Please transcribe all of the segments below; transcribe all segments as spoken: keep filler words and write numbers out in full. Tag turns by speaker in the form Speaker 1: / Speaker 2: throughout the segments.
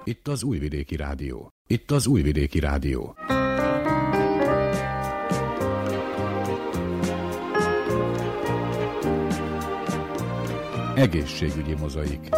Speaker 1: Itt az Újvidéki Rádió. Itt az Újvidéki Rádió. Egészségügyi mozaik.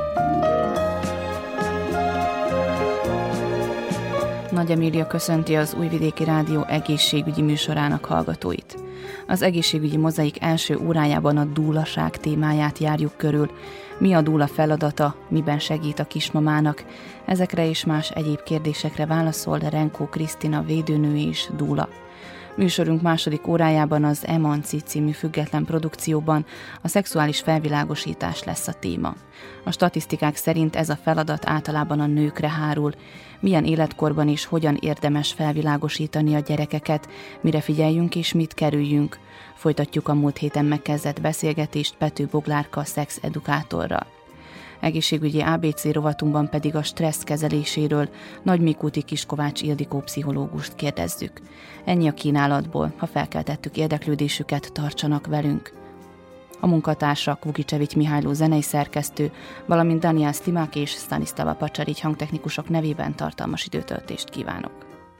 Speaker 2: Nagy Emília köszönti az Újvidéki Rádió egészségügyi műsorának hallgatóit. Az egészségügyi mozaik első órájában a dúlaság témáját járjuk körül. Mi a dúla feladata, miben segít a kismamának? Ezekre és más egyéb kérdésekre válaszol Renkó Krisztina védőnő és dúla. Műsorunk második órájában az Emanci című független produkcióban a szexuális felvilágosítás lesz a téma. A statisztikák szerint ez a feladat általában a nőkre hárul. Milyen életkorban és hogyan érdemes felvilágosítani a gyerekeket, mire figyeljünk és mit kerüljünk. Folytatjuk a múlt héten megkezdett beszélgetést Pető Boglárka szexedukátorral. Egészségügyi á bé cé rovatunkban pedig a stressz kezeléséről Nagy Mikúti Kiskovács Ildikó pszichológust kérdezzük. Ennyi a kínálatból, ha felkeltettük érdeklődésüket, tartsanak velünk. A munkatársak Vukicevics Mihályló zenei szerkesztő, valamint Daniel Slimák és Stanislava Pacsarics hangtechnikusok nevében tartalmas időtöltést kívánok.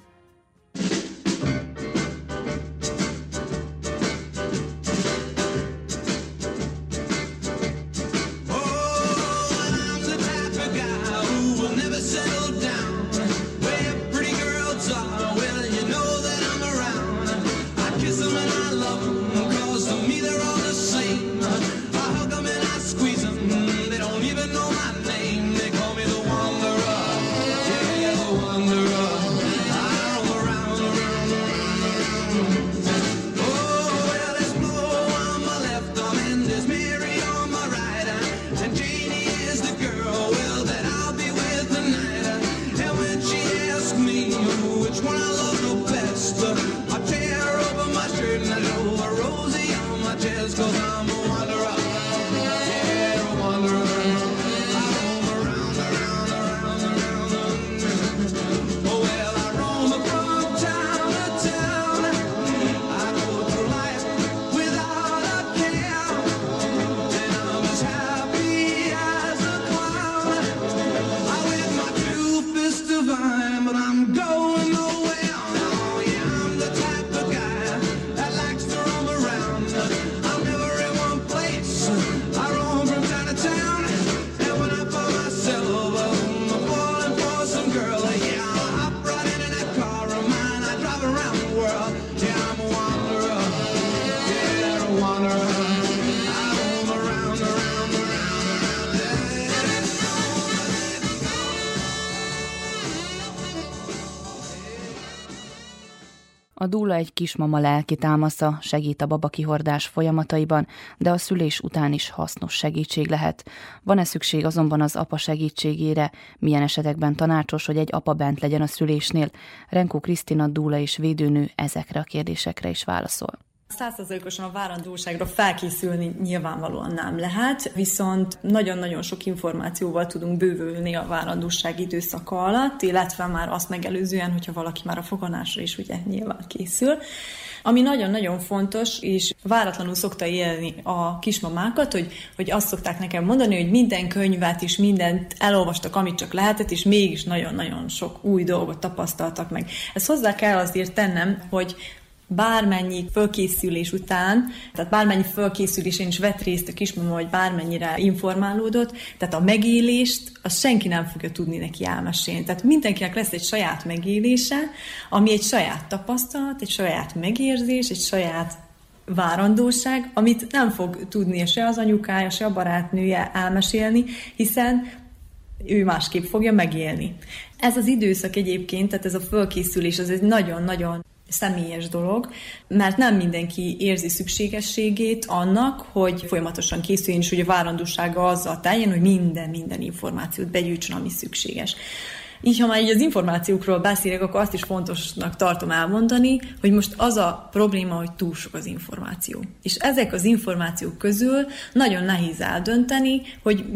Speaker 2: A dúla egy kismama lelki támasza, segít a babakihordás folyamataiban, de a szülés után is hasznos segítség lehet. Van-e szükség azonban az apa segítségére? Milyen esetekben tanácsos, hogy egy apa bent legyen a szülésnél? Renkó Krisztina dúla és védőnő ezekre a kérdésekre is válaszol.
Speaker 3: Százszerzalékosan a várandóságra felkészülni nyilvánvalóan nem lehet, viszont nagyon-nagyon sok információval tudunk bővülni a várandóság időszaka alatt, illetve már azt megelőzően, hogyha valaki már a foganásra is ugye nyilván készül. Ami nagyon-nagyon fontos, és váratlanul szokta élni a kismamákat, hogy, hogy azt szokták nekem mondani, hogy minden könyvet és mindent elolvastak, amit csak lehetett, és mégis nagyon-nagyon sok új dolgot tapasztaltak meg. Ezt hozzá kell azért tennem, hogy bármennyi fölkészülés után, tehát bármennyi fölkészülésén is vett részt a kismama, vagy bármennyire informálódott, tehát a megélést azt senki nem fogja tudni neki elmesélni. Tehát mindenkinek lesz egy saját megélése, ami egy saját tapasztalat, egy saját megérzés, egy saját várandóság, amit nem fog tudni se az anyukája, se a barátnője elmesélni, hiszen ő másképp fogja megélni. Ez az időszak egyébként, tehát ez a fölkészülés, az egy nagyon-nagyon személyes dolog, mert nem mindenki érzi szükségességét annak, hogy folyamatosan készüljön, és hogy a várandósága azzal teljen, hogy minden, minden információt begyűjtsön, ami szükséges. Így, ha már így az információkról beszélek, akkor azt is fontosnak tartom elmondani, hogy most az a probléma, hogy túl sok az információ. És ezek az információk közül nagyon nehéz eldönteni, hogy mit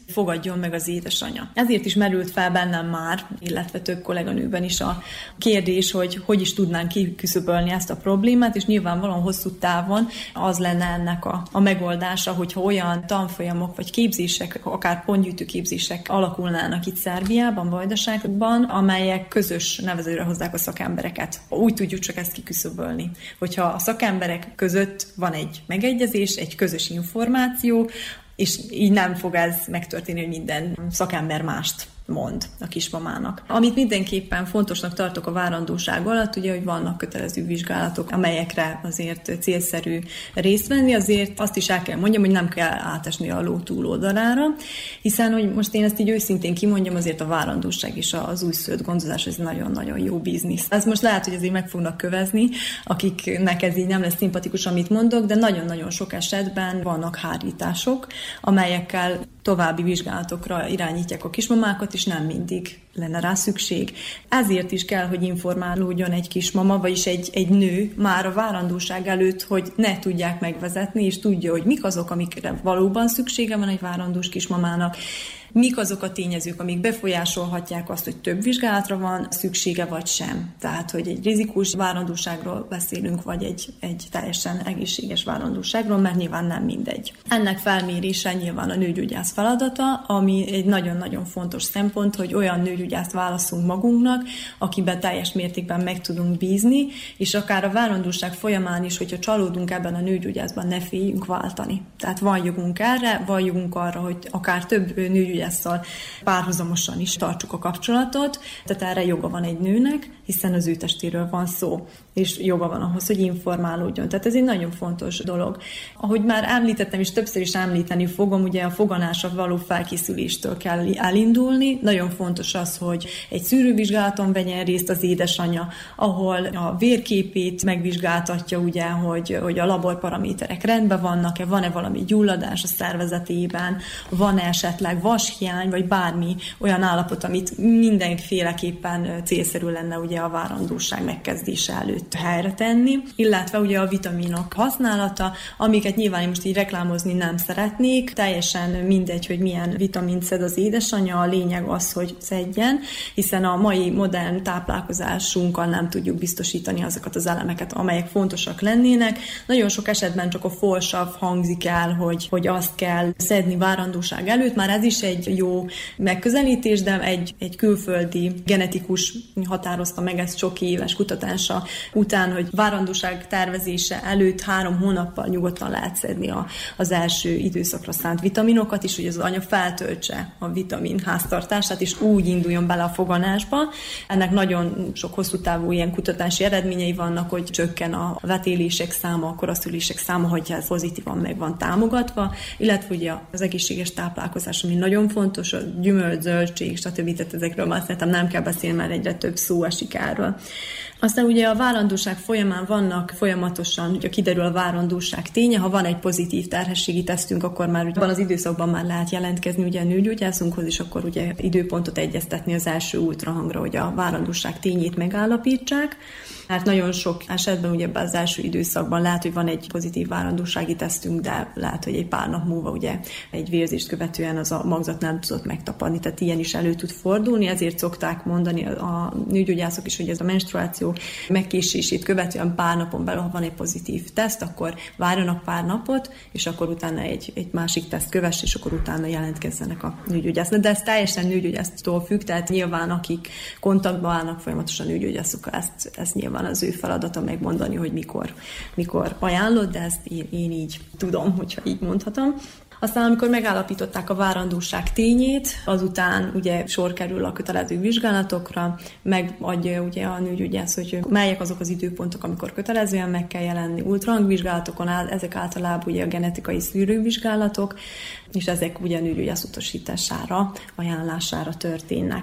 Speaker 3: fogadjon meg az édesanyja. Ezért is merült fel bennem már, illetve több kolléganőben is a kérdés, hogy hogy is tudnánk kiküszöbölni ezt a problémát, és nyilvánvalóan hosszú távon az lenne ennek a, a megoldása, hogyha olyan tanfolyamok vagy képzések, akár pontgyűjtő képzések alakulnának itt Szerbiában, Vajdaságban, amelyek közös nevezőre hozzák a szakembereket. Úgy tudjuk csak ezt kiküszöbölni, hogyha a szakemberek között van egy megegyezés, egy közös információ, és így nem fog ez megtörténni, hogy minden szakember mást mond a kismamának. Amit mindenképpen fontosnak tartok a várandóság alatt, ugye, hogy vannak kötelező vizsgálatok, amelyekre azért célszerű részt venni, azért azt is el kell mondjam, hogy nem kell átesni a ló túloldalára, hiszen, hogy most én ezt így őszintén kimondjam, azért a várandóság és az újszülött gondozás, ez nagyon-nagyon jó biznisz. Ez most lehet, hogy azért meg fognak kövezni, akiknek ez így nem lesz szimpatikus, amit mondok, de nagyon-nagyon sok esetben vannak hárítások, amelyekkel további vizsgálatokra irányítják a kismamákat, és nem mindig lenne rá szükség. Ezért is kell, hogy informálódjon egy kismama, vagyis egy, egy nő már a várandóság előtt, hogy ne tudják megvezetni, és tudja, hogy mik azok, amikre valóban szüksége van egy várandós kismamának, mik azok a tényezők, amik befolyásolhatják azt, hogy több vizsgálatra van szüksége, vagy sem. Tehát, hogy egy rizikós várandóságról beszélünk, vagy egy, egy teljesen egészséges várandóságról, mert nyilván nem mindegy. Ennek felmérése nyilván a nőgyógyász feladata, ami egy nagyon-nagyon fontos szempont, hogy olyan nőgyógyászt válaszunk magunknak, akiben teljes mértékben meg tudunk bízni, és akár a várandóság folyamán is, hogyha csalódunk ebben a nőgyógyászban, ne féljünk váltani. Tehát van jogunk erre, van jogunk arra, hogy akár több nőgyógyász párhuzamosan is tartsuk a kapcsolatot, tehát erre joga van egy nőnek, hiszen az ő testéről van szó, és joga van ahhoz, hogy informálódjon. Tehát ez egy nagyon fontos dolog. Ahogy már említettem, és többször is említeni fogom, ugye a foganásra való felkészüléstől kell elindulni. Nagyon fontos az, hogy egy szűrővizsgálaton vegyen részt az édesanyja, ahol a vérképét megvizsgáltatja, ugye, hogy, hogy a laborparaméterek rendben vannak-e, van-e valami gyulladás a szervezetében, van-e esetleg vashiány, vagy bármi olyan állapot, amit mindenféleképpen célszerű lenne ugye a várandóság megkezdése előtt helyre tenni, illetve ugye a vitaminok használata, amiket nyilván én most így reklámozni nem szeretnék, teljesen mindegy, hogy milyen vitamint szed az édesanyja, a lényeg az, hogy szedjen, hiszen a mai modern táplálkozásunkkal nem tudjuk biztosítani azokat az elemeket, amelyek fontosak lennének. Nagyon sok esetben csak a folsav hangzik el, hogy, hogy azt kell szedni várandóság előtt, már ez is egy jó megközelítés, de egy, egy külföldi genetikus határozta meg ezt sok éves kutatása után, hogy várandóság tervezése előtt három hónappal nyugodtan lehet szedni a, az első időszakra szánt vitaminokat is, hogy az anya feltöltse a vitamin háztartását, és úgy induljon bele a foganásba. Ennek nagyon sok hosszú távú ilyen kutatási eredményei vannak, hogy csökken a vetélések száma, a koraszülések száma, hogyha ez pozitívan meg van támogatva, illetve ugye az egészséges táplálkozás, ami nagyon fontos, a gyümölcs, zöldség, stb. Tehát ezekről már szerintem nem kell beszélni, mert egyre több szó esik erről. Aztán ugye a várandóság folyamán vannak folyamatosan, ugye kiderül a várandóság ténye, ha van egy pozitív terhességi tesztünk, akkor már ugye van az időszakban már lehet jelentkezni ugye a nőgyógyászunkhoz, és akkor ugye időpontot egyeztetni az első ultrahangra, hogy a várandóság tényét megállapítsák. Hát nagyon sok esetben ugye az első időszakban lehet, hogy van egy pozitív várandósági tesztünk, de lehet, hogy egy pár nap múlva ugye egy vérzést követően az a magzat nem tudott megtapadni, tehát ilyen is elő tud fordulni, ezért szokták mondani a nőgyógyászok is, hogy ez a menstruáció megkésését követően pár napon belül, ha van egy pozitív teszt, akkor várjanak pár napot, és akkor utána egy, egy másik teszt kövess, és akkor utána jelentkezzenek a nőgyógyásznak. De ez teljesen nőgyógyásztól függ, tehát nyilván akik kontaktba állnak folyamatosan nőgyógyászokkal, ezt, ezt nyilván az ő feladata megmondani, hogy mikor, mikor ajánlott, de ezt én, én így tudom, hogyha így mondhatom. Aztán, amikor megállapították a várandóság tényét, azután ugye sor kerül a kötelező vizsgálatokra, megadja ugye a nőgyógyász, hogy melyek azok az időpontok, amikor kötelezően meg kell jelenni ultrahangvizsgálatokon, ezek általában ugye a genetikai szűrővizsgálatok, és ezek ugye a nőgyógyász utasítására, ajánlására történnek.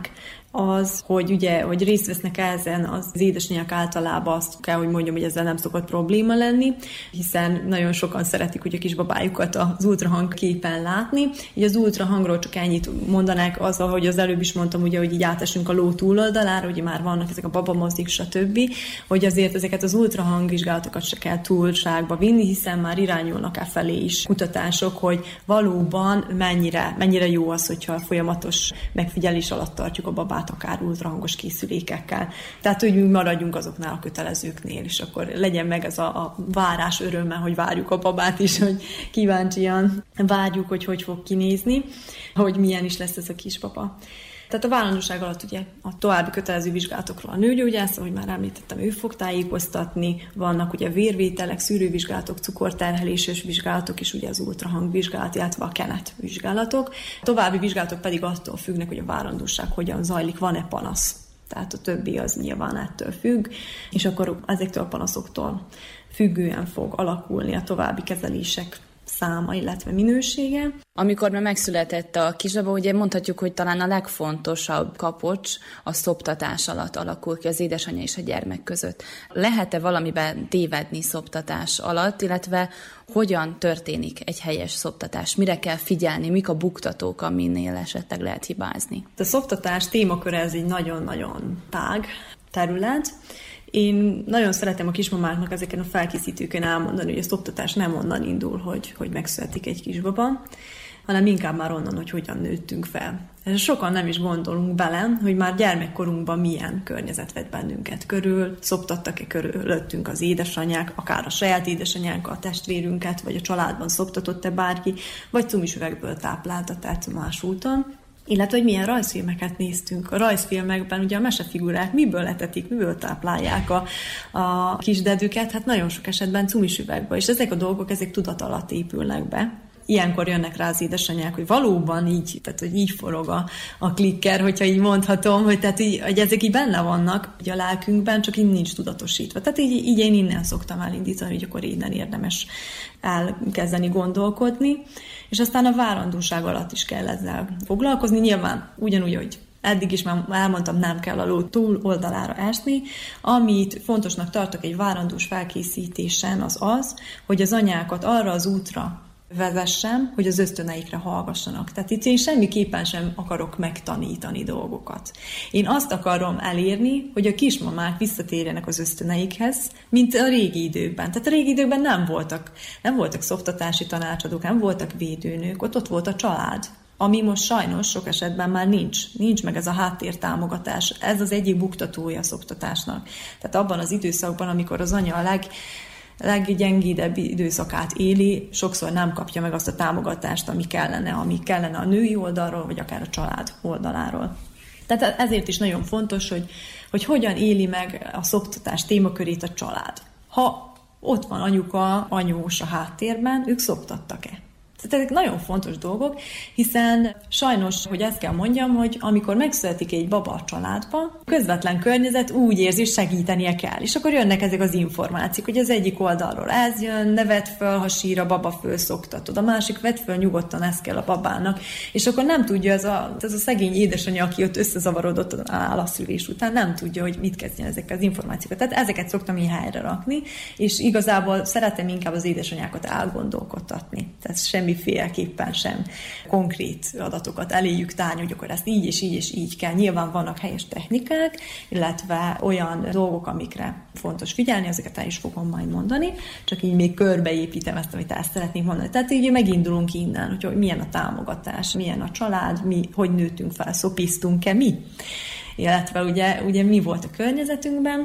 Speaker 3: az, hogy ugye, hogy részt vesznek ezen az édesanyák általában, azt kell, hogy mondjam, hogy ezzel nem szokott probléma lenni, hiszen nagyon sokan szeretik ugye a kisbabájukat az ultrahang képen látni. Így az ultrahangról csak ennyit mondanák azzal, hogy az előbb is mondtam, ugye, hogy így átesünk a ló túloldalára, ugye már vannak ezek a babamozdik, stb., hogy azért ezeket az ultrahang vizsgálatokat se kell túlságba vinni, hiszen már irányulnak e felé is kutatások, hogy valóban mennyire, mennyire jó az, hogyha folyamatos megfigyelés alatt tartjuk a babát, akár ultrahangos készülékekkel. Tehát, hogy maradjunk azoknál a kötelezőknél, és akkor legyen meg ez a, a várás örömmel, hogy várjuk a babát is, hogy kíváncsian várjuk, hogy hogy fog kinézni, hogy milyen is lesz ez a kisbaba. Tehát a várandóság alatt ugye a további kötelező vizsgálatokról a nőgyógyász, ahogy már említettem, ő fog tájékoztatni, vannak ugye vérvételek, szűrővizsgálatok, cukorterheléses vizsgálatok, és ugye az ultrahangvizsgálat, illetve a kenet vizsgálatok. A további vizsgálatok pedig attól függnek, hogy a várandóság hogyan zajlik, van-e panasz. Tehát a többi az nyilván ettől függ, és akkor ezektől a panaszoktól függően fog alakulni a további kezelések száma, illetve minősége.
Speaker 2: Amikor már megszületett a kisbaba, ugye mondhatjuk, hogy talán a legfontosabb kapocs a szoptatás alatt alakul ki az édesanyja és a gyermek között. Lehet-e valamiben tévedni szoptatás alatt, illetve hogyan történik egy helyes szoptatás? Mire kell figyelni, mik a buktatók, aminél esetleg lehet hibázni?
Speaker 3: A szoptatás témaköre ez egy nagyon-nagyon tág terület. Én nagyon szeretem a kismamáknak ezeken a felkészítőkön elmondani, hogy a szoptatás nem onnan indul, hogy, hogy megszületik egy kisbaba, hanem inkább már onnan, hogy hogyan nőttünk fel. Sokan nem is gondolunk bele, hogy már gyermekkorunkban milyen környezet vett bennünket körül, szoptattak-e körülöttünk az édesanyák, akár a saját édesanyánk, a testvérünket, vagy a családban szoptatott-e bárki, vagy cumisüvegből tápláltatát más úton. Illetve, hogy milyen rajzfilmeket néztünk. A rajzfilmekben ugye a mesefigurák miből etetik, miből táplálják a, a kisdedüket, hát nagyon sok esetben cumisüvegbe, és ezek a dolgok, ezek tudat alatt épülnek be. Ilyenkor jönnek rá az édesanyák, hogy valóban így, tehát hogy így forog a, a klikker, hogyha így mondhatom, hogy, tehát így, hogy ezek így benne vannak ugye a lelkünkben, csak így nincs tudatosítva. Tehát így, így én innen szoktam elindítani, hogy akkor innen érdemes elkezdeni gondolkodni, és aztán a várandóság alatt is kell ezzel foglalkozni. Nyilván ugyanúgy, hogy eddig is már elmondtam, nem kell a ló túl oldalára ásni. Amit fontosnak tartok egy várandós felkészítésen, az az, hogy az anyákat arra az útra vezessem, hogy az ösztöneikre hallgassanak. Tehát itt én semmiképpen sem akarok megtanítani dolgokat. Én azt akarom elérni, hogy a kismamák visszatérjenek az ösztöneikhez, mint a régi időkben. Tehát a régi időkben nem voltak, nem voltak szoptatási tanácsadók, nem voltak védőnők, ott ott volt a család, ami most sajnos sok esetben már nincs. Nincs meg ez a háttértámogatás. Ez az egyik buktatója a szoptatásnak. Tehát abban az időszakban, amikor az anya a leg leggyengédebb időszakát éli, sokszor nem kapja meg azt a támogatást, ami kellene, ami kellene a női oldalról, vagy akár a család oldaláról. Tehát ezért is nagyon fontos, hogy, hogy hogyan éli meg a szoptatás témakörét a család. Ha ott van anyuka, anyós a háttérben, ők szoptattak-e? Tehát ezek nagyon fontos dolgok, hiszen sajnos, hogy ezt kell mondjam, hogy amikor megszületik egy baba a családba, közvetlen környezet úgy érzi, hogy segítenie kell. És akkor jönnek ezek az információk, hogy az egyik oldalról ez jön, ne vedd föl, ha sír a baba, fölszoktatod. A másik, vedd föl nyugodtan, ez kell a babának. És akkor nem tudja ez a, ez a szegény édesanyja, aki ott összezavarodott áll a szülés után, nem tudja, hogy mit kezdjen ezekkel az információkat. Tehát ezeket szoktam így helyre rakni, és igazából szeretem inkább az édesanyákat elgondolkodtatni. Tehát semmi semmiféleképpen sem konkrét adatokat eléjük tárni, hogy akkor ezt így és így és így kell. Nyilván vannak helyes technikák, illetve olyan dolgok, amikre fontos figyelni, ezeket el is fogom majd mondani, csak így még körbeépítem ezt, amit el szeretnék mondani. Tehát így megindulunk innen, hogy milyen a támogatás, milyen a család, mi, hogy nőttünk fel, szopiztunk-e mi, illetve ugye, ugye mi volt a környezetünkben,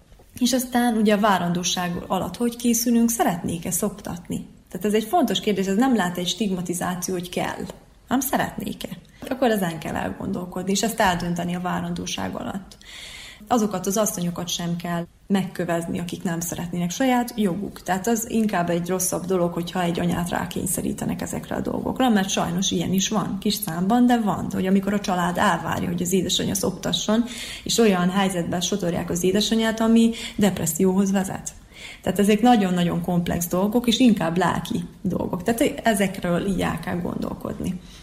Speaker 3: és aztán ugye a várandóság alatt hogy készülünk, szeretnék-e szoptatni? Tehát ez egy fontos kérdés, ez nem lát egy stigmatizáció, hogy kell. Nem szeretnék-e? Akkor ezen kell elgondolkodni, és ezt eldönteni a várandóság alatt. Azokat az asszonyokat sem kell megkövezni, akik nem szeretnének, saját joguk. Tehát az inkább egy rosszabb dolog, hogyha egy anyát rákényszerítenek ezekre a dolgokra, mert sajnos ilyen is van, kis számban, de van, hogy amikor a család elvárja, hogy az édesanyja szoptasson, és olyan helyzetben sodorják az édesanyját, ami depresszióhoz vezet. Tehát ezek nagyon-nagyon komplex dolgok, és inkább lelki dolgok. Tehát ezekről így el kell gondolkodni.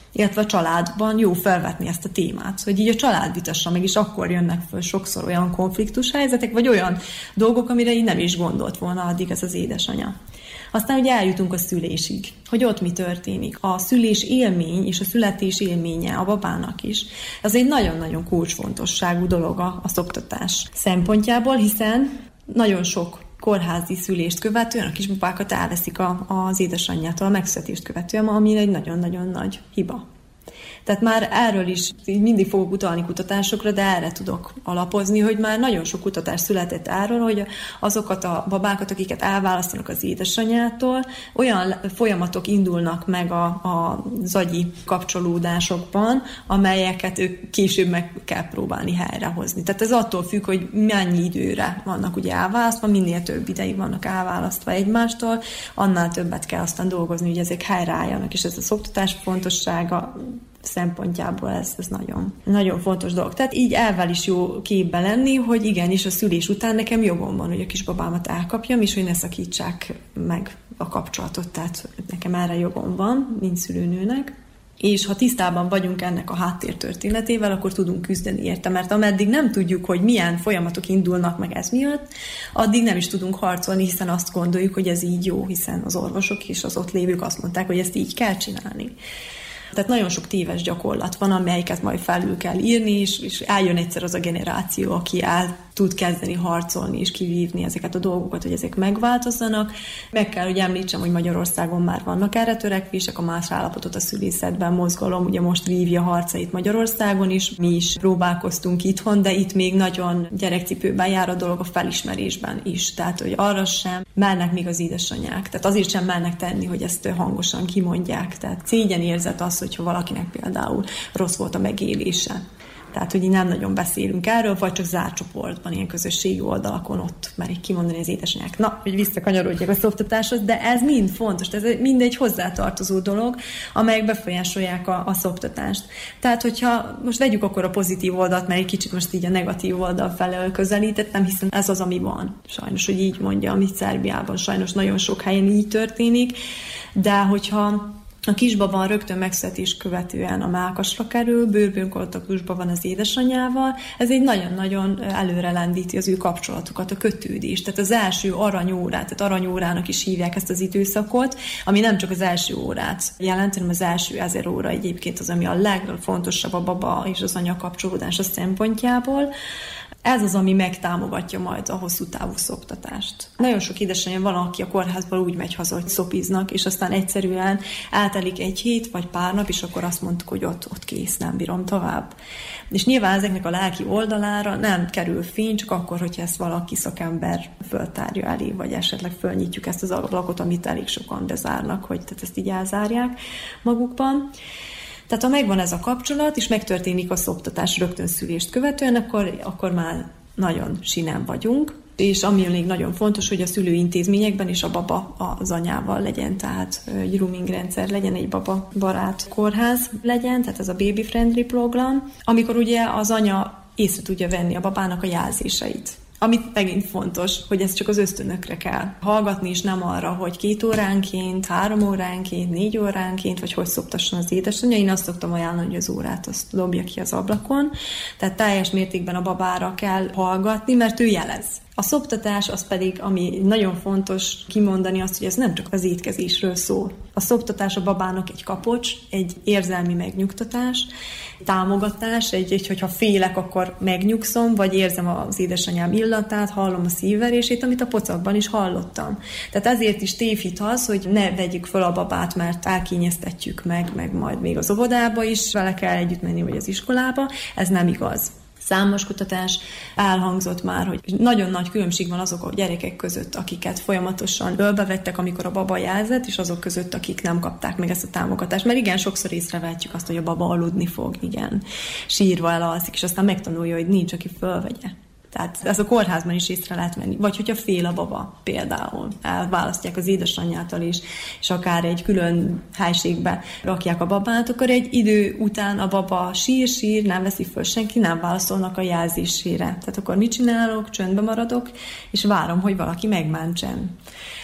Speaker 3: illetve a családban jó felvetni ezt a témát, hogy így a család vitassa meg, és akkor jönnek föl sokszor olyan konfliktus helyzetek, vagy olyan dolgok, amire így nem is gondolt volna addig ez az édesanyja. Aztán ugye eljutunk a szülésig, hogy ott mi történik. A szülés élmény és a születés élménye a babának is. Ez egy nagyon-nagyon kulcsfontosságú dolog a, a szoptatás szempontjából, hiszen nagyon sok kórházi szülést követően a kisbabákat elveszik a, az édesanyjától a megszületést követően, ami egy nagyon-nagyon nagy hiba. Tehát már erről is mindig fogok utalni kutatásokra, de erre tudok alapozni, hogy már nagyon sok kutatás született arról, hogy azokat a babákat, akiket elválasztanak az édesanyjától, olyan folyamatok indulnak meg a, a agyi kapcsolódásokban, amelyeket ők később meg kell próbálni helyrehozni. Tehát ez attól függ, hogy mennyi időre vannak ugye elválasztva, minél több ideig vannak elválasztva egymástól, annál többet kell aztán dolgozni, hogy ezek helyreálljanak, és ez a szoptatás fontossága szempontjából ez, ez nagyon, nagyon fontos dolog. Tehát így elvel is jó képbe lenni, hogy igenis a szülés után nekem jogom van, hogy a kisbabámat elkapjam, és hogy ne szakítsák meg a kapcsolatot, tehát nekem erre jogom van, mint szülőnőnek. És ha tisztában vagyunk ennek a háttértörténetével, akkor tudunk küzdeni érte, mert ameddig nem tudjuk, hogy milyen folyamatok indulnak meg ez miatt, addig nem is tudunk harcolni, hiszen azt gondoljuk, hogy ez így jó, hiszen az orvosok és az ott lévők azt mondták, hogy ezt így kell csinálni. Tehát nagyon sok téves gyakorlat van, amelyiket majd felül kell írni, és, és eljön egyszer az a generáció, aki el tud kezdeni harcolni és kivívni ezeket a dolgokat, hogy ezek megváltozzanak. Meg kell, hogy említsem, hogy Magyarországon már vannak erre törekvések, a más állapotot a szülészetben mozgalom, ugye most vívja harcait Magyarországon is, mi is próbálkoztunk itthon, de itt még nagyon gyerekcipőben jár a dolog a felismerésben is, tehát hogy arra sem mernek még az édesanyák, tehát azért sem mernek tenni, hogy ezt hangosan kimondják, tehát szégyenérzet az, hogyha valakinek például rossz volt a megélése. Tehát, hogy így nem nagyon beszélünk erről, vagy csak zárt csoportban, ilyen közösségi oldalakon ott merik kimondani az édesanyák. Na, hogy visszakanyarodjak a szoptatáshoz, de ez mind fontos, ez mind egy hozzátartozó dolog, amelyek befolyásolják a, a szoptatást. Tehát, hogyha most vegyük akkor a pozitív oldalt, mert egy kicsit most így a negatív oldal felől közelítettem, hiszen ez az, ami van. Sajnos, hogy így mondja, amit Szerbiában sajnos nagyon sok helyen így történik, de hogyha a kisbaba rögtön megszületés követően a mellkasra kerül, bőrből kontaktusban van az édesanyjával, ez egy nagyon-nagyon előre lendíti az ő kapcsolatukat, a kötődést. Tehát az első aranyórát, tehát aranyórának is hívják ezt az időszakot, ami nem csak az első órát jelent, hanem az első ezer óra egyébként az, ami a legfontosabb a baba és az anya kapcsolódása szempontjából. Ez az, ami megtámogatja majd a hosszú távú szoptatást. Nagyon sok édesanyja van, aki a kórházból úgy megy haza, hogy szopiznak, és aztán egyszerűen eltelik egy hét vagy pár nap, és akkor azt mondtuk, hogy ott, ott kész, nem bírom tovább. És nyilván ezeknek a lelki oldalára nem kerül fény, csak akkor, hogyha ezt valaki szakember föltárja elé, vagy esetleg fölnyitjuk ezt az ablakot, amit elég sokan bezárnak, hogy tehát ezt így elzárják magukban. Tehát ha megvan ez a kapcsolat, és megtörténik a szoptatás rögtön szülést követően, akkor, akkor már nagyon sinem vagyunk. És ami még nagyon fontos, hogy a szülőintézményekben is a baba az anyával legyen, tehát egy grooming rendszer legyen, egy baba barát kórház legyen, tehát ez a baby friendly program, amikor ugye az anya észre tudja venni a babának a jelzéseit. Amit megint fontos, hogy ez csak az ösztönökre kell hallgatni, és nem arra, hogy két óránként, három óránként, négy óránként, vagy hogy szoptasson az édesanyja. Én azt szoktam ajánlani, hogy az órát azt dobja ki az ablakon. Tehát teljes mértékben a babára kell hallgatni, mert ő jelez. A szoptatás az pedig, ami nagyon fontos kimondani azt, hogy ez nem csak az étkezésről szól. A szoptatás a babának egy kapocs, egy érzelmi megnyugtatás, támogatás, egy, egy hogyha félek, akkor megnyugszom, vagy érzem az édesanyám illatát, hallom a szívverését, amit a pocakban is hallottam. Tehát ezért is tévhit az, hogy ne vegyük föl a babát, mert elkényeztetjük meg, meg majd még az óvodába is vele kell együtt menni, vagy az iskolába. Ez nem igaz. Számos kutatás elhangzott már, hogy nagyon nagy különbség van azok a gyerekek között, akiket folyamatosan ölbevettek, amikor a baba jelzett, és azok között, akik nem kapták meg ezt a támogatást. Mert igen, sokszor észrevehetjük azt, hogy a baba aludni fog, igen, sírva elalszik, és aztán megtanulja, hogy nincs, aki fölvegye. Tehát ez a kórházban is észre lehet venni. Vagy hogyha fél a baba például, elválasztják az édesanyjától is, és akár egy külön helységbe rakják a babát, akkor egy idő után a baba sír-sír, nem veszi föl senki, nem válaszolnak a jelzésére. Tehát akkor mit csinálok? Csöndbe maradok, és várom, hogy valaki megmentsen.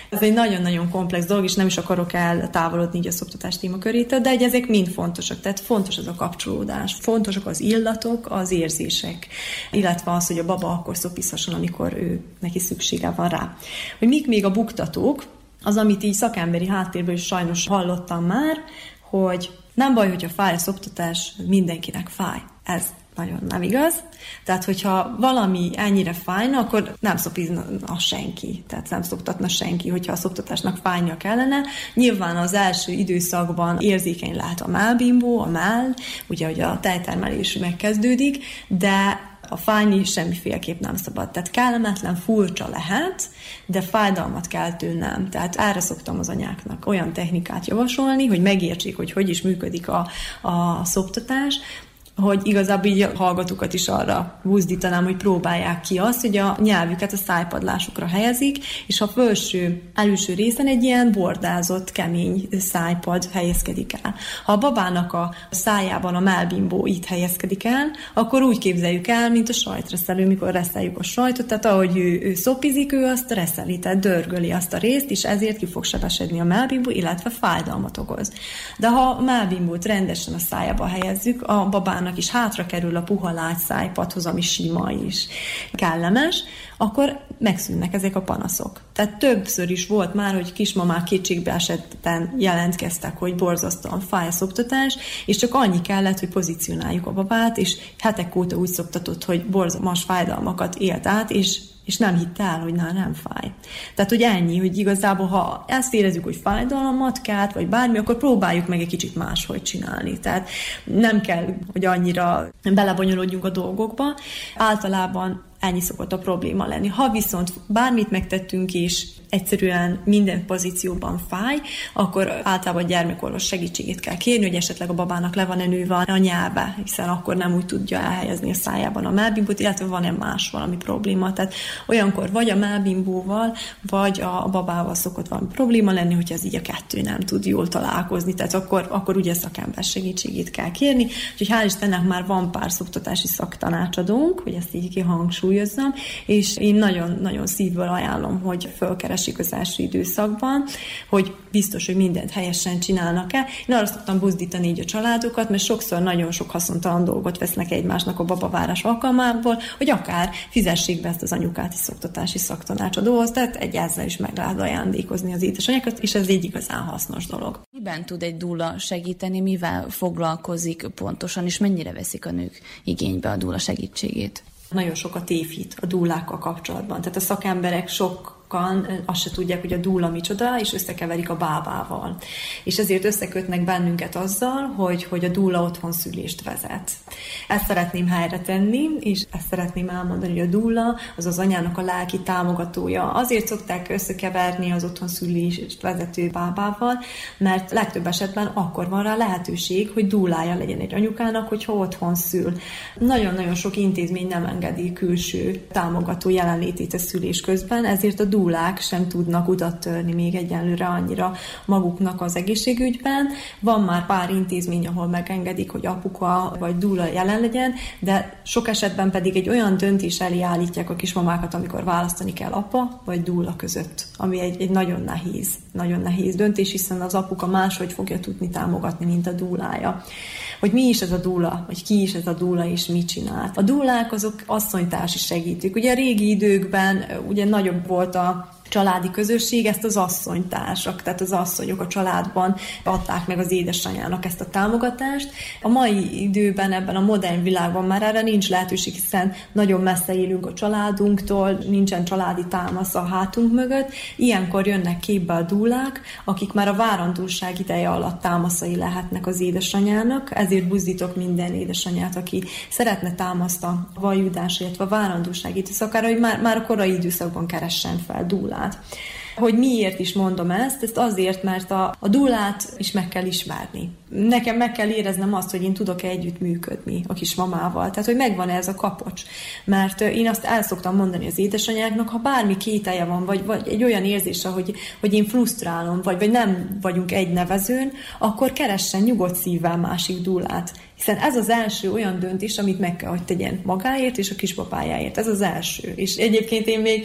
Speaker 3: Ez egy nagyon-nagyon komplex dolog, és nem is akarok eltávolodni így a szoptatás témakörétől, de ezek mind fontosak. Tehát fontos az a kapcsolódás, fontosak az illatok, az érzések, illetve az, hogy a baba akkor szopizhasson, amikor ő neki szüksége van rá. Hogy mik még a buktatók, az, amit így szakemberi háttérből is sajnos hallottam már, hogy nem baj, hogyha fáj a szoptatás, mindenkinek fáj. Ez nagyon nem igaz. Tehát, hogyha valami ennyire fájna, akkor nem szopizna senki. Tehát nem szoptatna senki, hogyha a szoptatásnak fájnia kellene. Nyilván az első időszakban érzékeny lehet a mellbimbó, a mell, ugye, hogy a tejtermelés megkezdődik, de a fájni semmiféleképp nem szabad. Tehát kellemetlen, furcsa lehet, de fájdalmat keltő nem. Tehát erre szoktam az anyáknak olyan technikát javasolni, hogy megértsék, hogy hogy is működik a, a szoptatás, hogy igazából így a hallgatókat is arra buzdítanám, hogy próbálják ki azt, hogy a nyelvüket a szájpadlásukra helyezik, és a felső, előső részen egy ilyen bordázott, kemény szájpad helyezkedik el. Ha a babának a szájában a mellbimbó itt helyezkedik el, akkor úgy képzeljük el, mint a sajtreszelő, mikor reszeljük a sajtot, tehát ahogy ő, ő szopizik, ő azt reszeli, tehát dörgöli azt a részt, és ezért ki fog sebesedni a mellbimbó, illetve fájdalmat okoz. De ha a mellbimbót rendesen a szájába helyezzük, a babának is hátra kerül a puha lágy szájpadhoz, ami sima is kellemes, akkor megszűnnek ezek a panaszok. Tehát többször is volt már, hogy kismamák kétségbe esetten jelentkeztek, hogy borzasztóan fáj a szoptatás, és csak annyi kellett, hogy pozícionáljuk a babát, és hetek óta úgy szoptatott, hogy borzalmas fájdalmakat élt át, és és nem hitte el, hogy na, nem fáj. Tehát, hogy ennyi, hogy igazából, ha ezt érezzük, hogy fájdalmat kelt, vagy bármi, akkor próbáljuk meg egy kicsit máshogy csinálni. Tehát nem kell, hogy annyira belebonyolódjunk a dolgokba. Általában ennyi szokott a probléma lenni. Ha viszont bármit megtettünk és egyszerűen minden pozícióban fáj, akkor általában gyermekorvos segítségét kell kérni, hogy esetleg a babának le van-e nőve a nyelve, hiszen akkor nem úgy tudja elhelyezni a szájában a mellbimbót, illetve van-e más valami probléma. Tehát olyankor vagy a mellbimbóval, vagy a babával szokott valami probléma lenni, hogy ez így a kettő nem tud jól találkozni, tehát akkor, akkor ugye szakember segítségét kell kérni. Úgyhogy hál' Istennek már van pár szoptatási szaktanácsadónk, hogy ezt így kihangsúlyozzam, és én nagyon-nagyon szívből ajánlom, hogy fölkeresik az első időszakban, hogy biztos, hogy mindent helyesen csinálnak-e. Én arra szoktam buzdítani így a családokat, mert sokszor nagyon sok haszontalan dolgot vesznek egymásnak a babavárás alkalmából, hogy akár fizessék be ezt az anyukáti szoptatási szaktanácsadóhoz, tehát egy ezzel is meg lehet ajándékozni az édesanyákat, és ez egy igazán hasznos dolog.
Speaker 2: Miben tud egy dúla segíteni, mivel foglalkozik pontosan, és mennyire veszik a nők igénybe a dúla segítségét?
Speaker 3: Nagyon sok a tévhit a dúlákkal kapcsolatban. Tehát a szakemberek sok azt se tudják, hogy a dúla micsoda, és összekeverik a bábával. És ezért összekötnek bennünket azzal, hogy, hogy a dúla otthon szülést vezet. Ezt szeretném helyre tenni, és ezt szeretném elmondani, hogy a dúla az az anyának a lelki támogatója. Azért szokták összekeverni az otthon szülést vezető bábával, mert legtöbb esetben akkor van rá lehetőség, hogy dúlája legyen egy anyukának, hogyha otthon szül. Nagyon-nagyon sok intézmény nem engedi külső támogató jelenlétét a szülés közben, ezért a dúlák sem tudnak utat törni még egyenlőre annyira maguknak az egészségügyben. Van már pár intézmény, ahol megengedik, hogy apuka vagy dúla jelen legyen, de sok esetben pedig egy olyan döntés elé állítják a kismamákat, amikor választani kell apa vagy dúla között, ami egy, egy nagyon nehéz, nagyon nehéz döntés, hiszen az apuka máshogy fogja tudni támogatni, mint a dúlája. Hogy mi is ez a dúla, vagy ki is ez a dúla, és mit csinált. A dúlák azok asszonytársi segítők. Ugye a régi időkben ugye nagyobb volt a családi közösség, ezt az asszonytársak, tehát az asszonyok a családban adták meg az édesanyjának ezt a támogatást. A mai időben, ebben a modern világban már erre nincs lehetőség, hiszen nagyon messze élünk a családunktól, nincsen családi támasz a hátunk mögött. Ilyenkor jönnek képbe a dúlák, akik már a várandóság ideje alatt támaszai lehetnek az édesanyjának, ezért buzdítok minden édesanyját, aki szeretne támaszt a vajudás, illetve a várandóság időszakára, hogy már, már a korai időszakban keressen fel dúlát. Hogy miért is mondom ezt? Ezt azért, mert a, a dúlát is meg kell ismerni. Nekem meg kell éreznem azt, hogy én tudok-e együtt működni a kismamával. Tehát, hogy megvan ez a kapocs. Mert én azt el szoktam mondani az édesanyáknak, ha bármi kételje van, vagy, vagy egy olyan érzése, hogy, hogy én frusztrálom, vagy, vagy nem vagyunk egy nevezőn, akkor keressen nyugodt szívvel másik dúlát. Hiszen ez az első olyan döntés, amit meg kell, hogy tegyen magáért és a kisbabájáért. Ez az első. És egyébként én még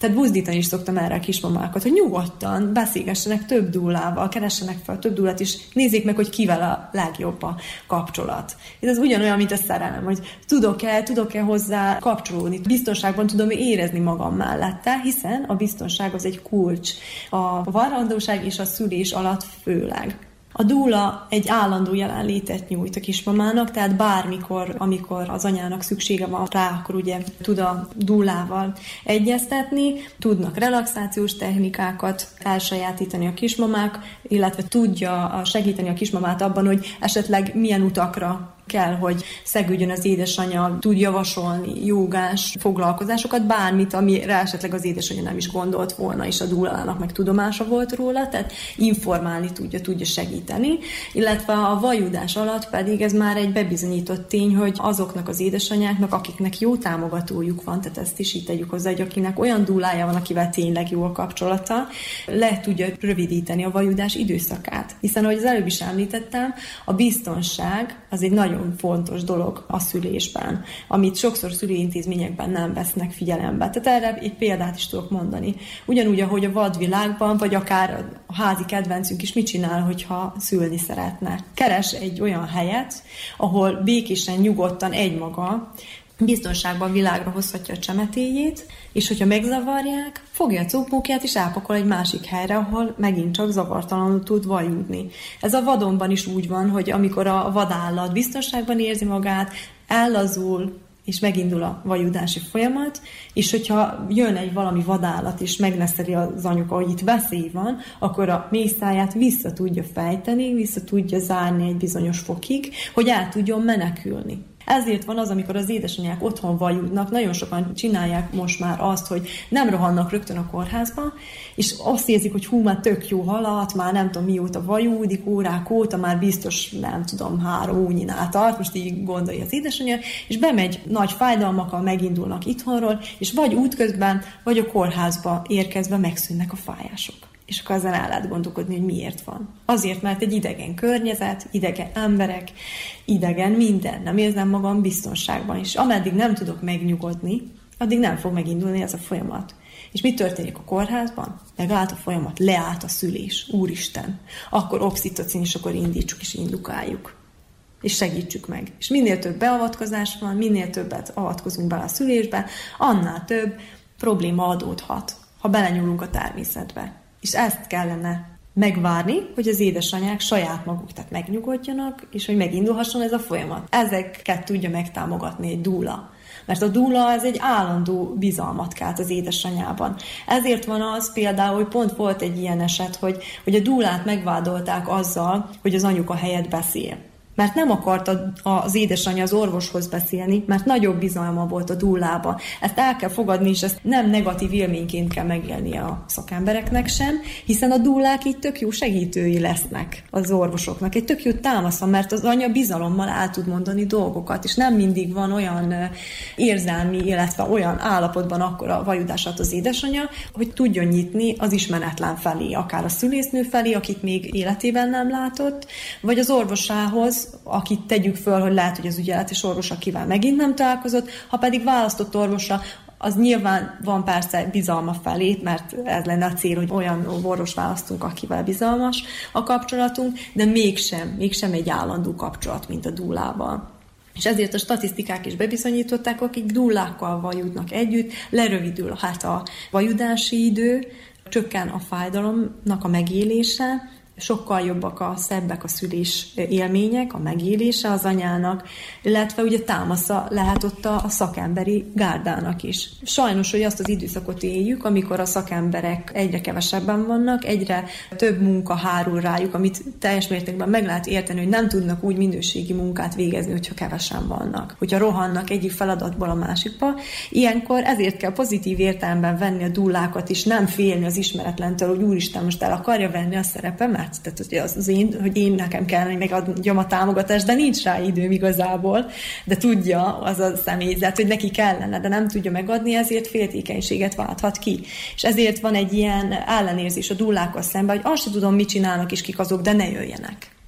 Speaker 3: Tehát buzdítani is szoktam erre a kismamákat, hogy nyugodtan beszélgessenek több dúlával, keressenek fel több dúlát, és nézzék meg, hogy kivel a legjobb a kapcsolat. Ez ugyanolyan, mint a szerelem, hogy tudok-e, tudok-e hozzá kapcsolódni, biztonságban tudom érezni magam mellette, hiszen a biztonság az egy kulcs. A várandóság és a szülés alatt főleg. A dúla egy állandó jelenlétet nyújt a kismamának, tehát bármikor, amikor az anyának szüksége van rá, akkor ugye tud a dúlával egyeztetni, tudnak relaxációs technikákat elsajátítani a kismamák, illetve tudja segíteni a kismamát abban, hogy esetleg milyen utakra kell, hogy szegődjön az édesanyja, tud javasolni jogás foglalkozásokat, bármit, amire esetleg az édesanyja nem is gondolt volna, és a dúlának meg tudomása volt róla, tehát informálni tudja, tudja segíteni. Illetve a vajudás alatt pedig ez már egy bebizonyított tény, hogy azoknak az édesanyáknak, akiknek jó támogatójuk van, tehát ezt is így tegyük hozzá, hogy akinek olyan dúlája van, akivel tényleg jó a kapcsolata, le tudja rövidíteni a vajudás időszakát. Hiszen, ahogy az előbb is említettem, a biztonság az egy nagyon fontos dolog a szülésben, amit sokszor szülőintézményekben nem vesznek figyelembe. Tehát erre egy példát is tudok mondani. Ugyanúgy, ahogy a vadvilágban, vagy akár a házi kedvencünk is mit csinál, hogyha szülni szeretne. Keres egy olyan helyet, ahol békésen, nyugodtan egymaga biztonságban világra hozhatja a csemetéjét, és hogyha megzavarják, fogja a cukmókját és elpakol egy másik helyre, ahol megint csak zavartalanul tud vajudni. Ez a vadonban is úgy van, hogy amikor a vadállat biztonságban érzi magát, ellazul, és megindul a vajudási folyamat, és hogyha jön egy valami vadállat, és megneszeli az anyuka, hogy itt veszély van, akkor a méhszáját vissza tudja fejteni, vissza tudja zárni egy bizonyos fokig, hogy el tudjon menekülni. Ezért van az, amikor az édesanyák otthon vajudnak, nagyon sokan csinálják most már azt, hogy nem rohannak rögtön a kórházba, és azt érzik, hogy hú, már tök jó halat, már nem tudom mióta vajúdik, órák óta, már biztos, nem tudom, három únyinál tart, most így gondolja az édesanyja, és bemegy nagy fájdalmakkal, megindulnak itthonról, és vagy útközben, vagy a kórházba érkezve megszűnnek a fájások. És akkor ezen el lehet gondolkodni, hogy miért van. Azért, mert egy idegen környezet, idegen emberek, idegen minden, nem érzem magam biztonságban, és ameddig nem tudok megnyugodni, addig nem fog megindulni ez a folyamat. És mi történik a kórházban? Megállt a folyamat, leállt a szülés, úristen. Akkor oxitocin, és akkor indítsuk és indukáljuk. És segítsük meg. És minél több beavatkozás van, minél többet avatkozunk bele a szülésbe, annál több probléma adódhat, ha belenyúlunk a természetbe. És ezt kellene megvárni, hogy az édesanyák saját maguk, tehát megnyugodjanak, és hogy megindulhasson ez a folyamat. Ezeket tudja megtámogatni egy dúla. Mert a dúla ez egy állandó bizalmat kelt az édesanyában. Ezért van az például, hogy pont volt egy ilyen eset, hogy, hogy a dúlát megvádolták azzal, hogy az anyuka helyett beszél. Mert nem akarta az édesanyja az orvoshoz beszélni, mert nagyobb bizalma volt a dúlába. Ezt el kell fogadni, és ezt nem negatív élményként kell megélni a szakembereknek sem, hiszen a dúlák így tök jó segítői lesznek az orvosoknak. Egy tök jó támasz van, mert az anya bizalommal el tud mondani dolgokat, és nem mindig van olyan érzelmi, illetve olyan állapotban akkor a vajudás alatt az édesanyja, hogy tudjon nyitni az ismeretlen felé, akár a szülésznő felé, akit még életében nem látott, vagy az orvosához, akit tegyük föl, hogy lehet, hogy az ügyeletes orvos, akivel megint nem találkozott, ha pedig választott orvosra, az nyilván van persze bizalma felé, mert ez lenne a cél, hogy olyan orvos választunk, akivel bizalmas a kapcsolatunk, de mégsem, mégsem egy állandó kapcsolat, mint a dúlával. És ezért a statisztikák is bebizonyították, akik dúlákkal vajudnak együtt, lerövidül hát a vajudási idő, csökken a fájdalomnak a megélése, sokkal jobbak a szebbek a szülés élmények, a megélése az anyának, illetve ugye támasza lehet ott a, a szakemberi gárdának is. Sajnos, hogy azt az időszakot éljük, amikor a szakemberek egyre kevesebben vannak, egyre több munka hárul rájuk, amit teljes mértékben meg lehet érteni, hogy nem tudnak úgy minőségi munkát végezni, hogyha kevesen vannak. Hogyha rohannak egyik feladatból a másikba. Ilyenkor ezért kell pozitív értelemben venni a dúlákat is, nem félni az ismeretlentől, hogy úristen, most el akarja venni a szerepemet. Tehát az én, hogy én nekem kellene megadjam a támogatást, de nincs rá időm igazából, de tudja az a személyzet, hogy neki kellene, de nem tudja megadni, ezért féltékenységet válthat ki. És ezért van egy ilyen ellenérzés a dúlákkal szemben, hogy azt sem tudom, mit csinálnak és kik azok, de ne jöjjenek.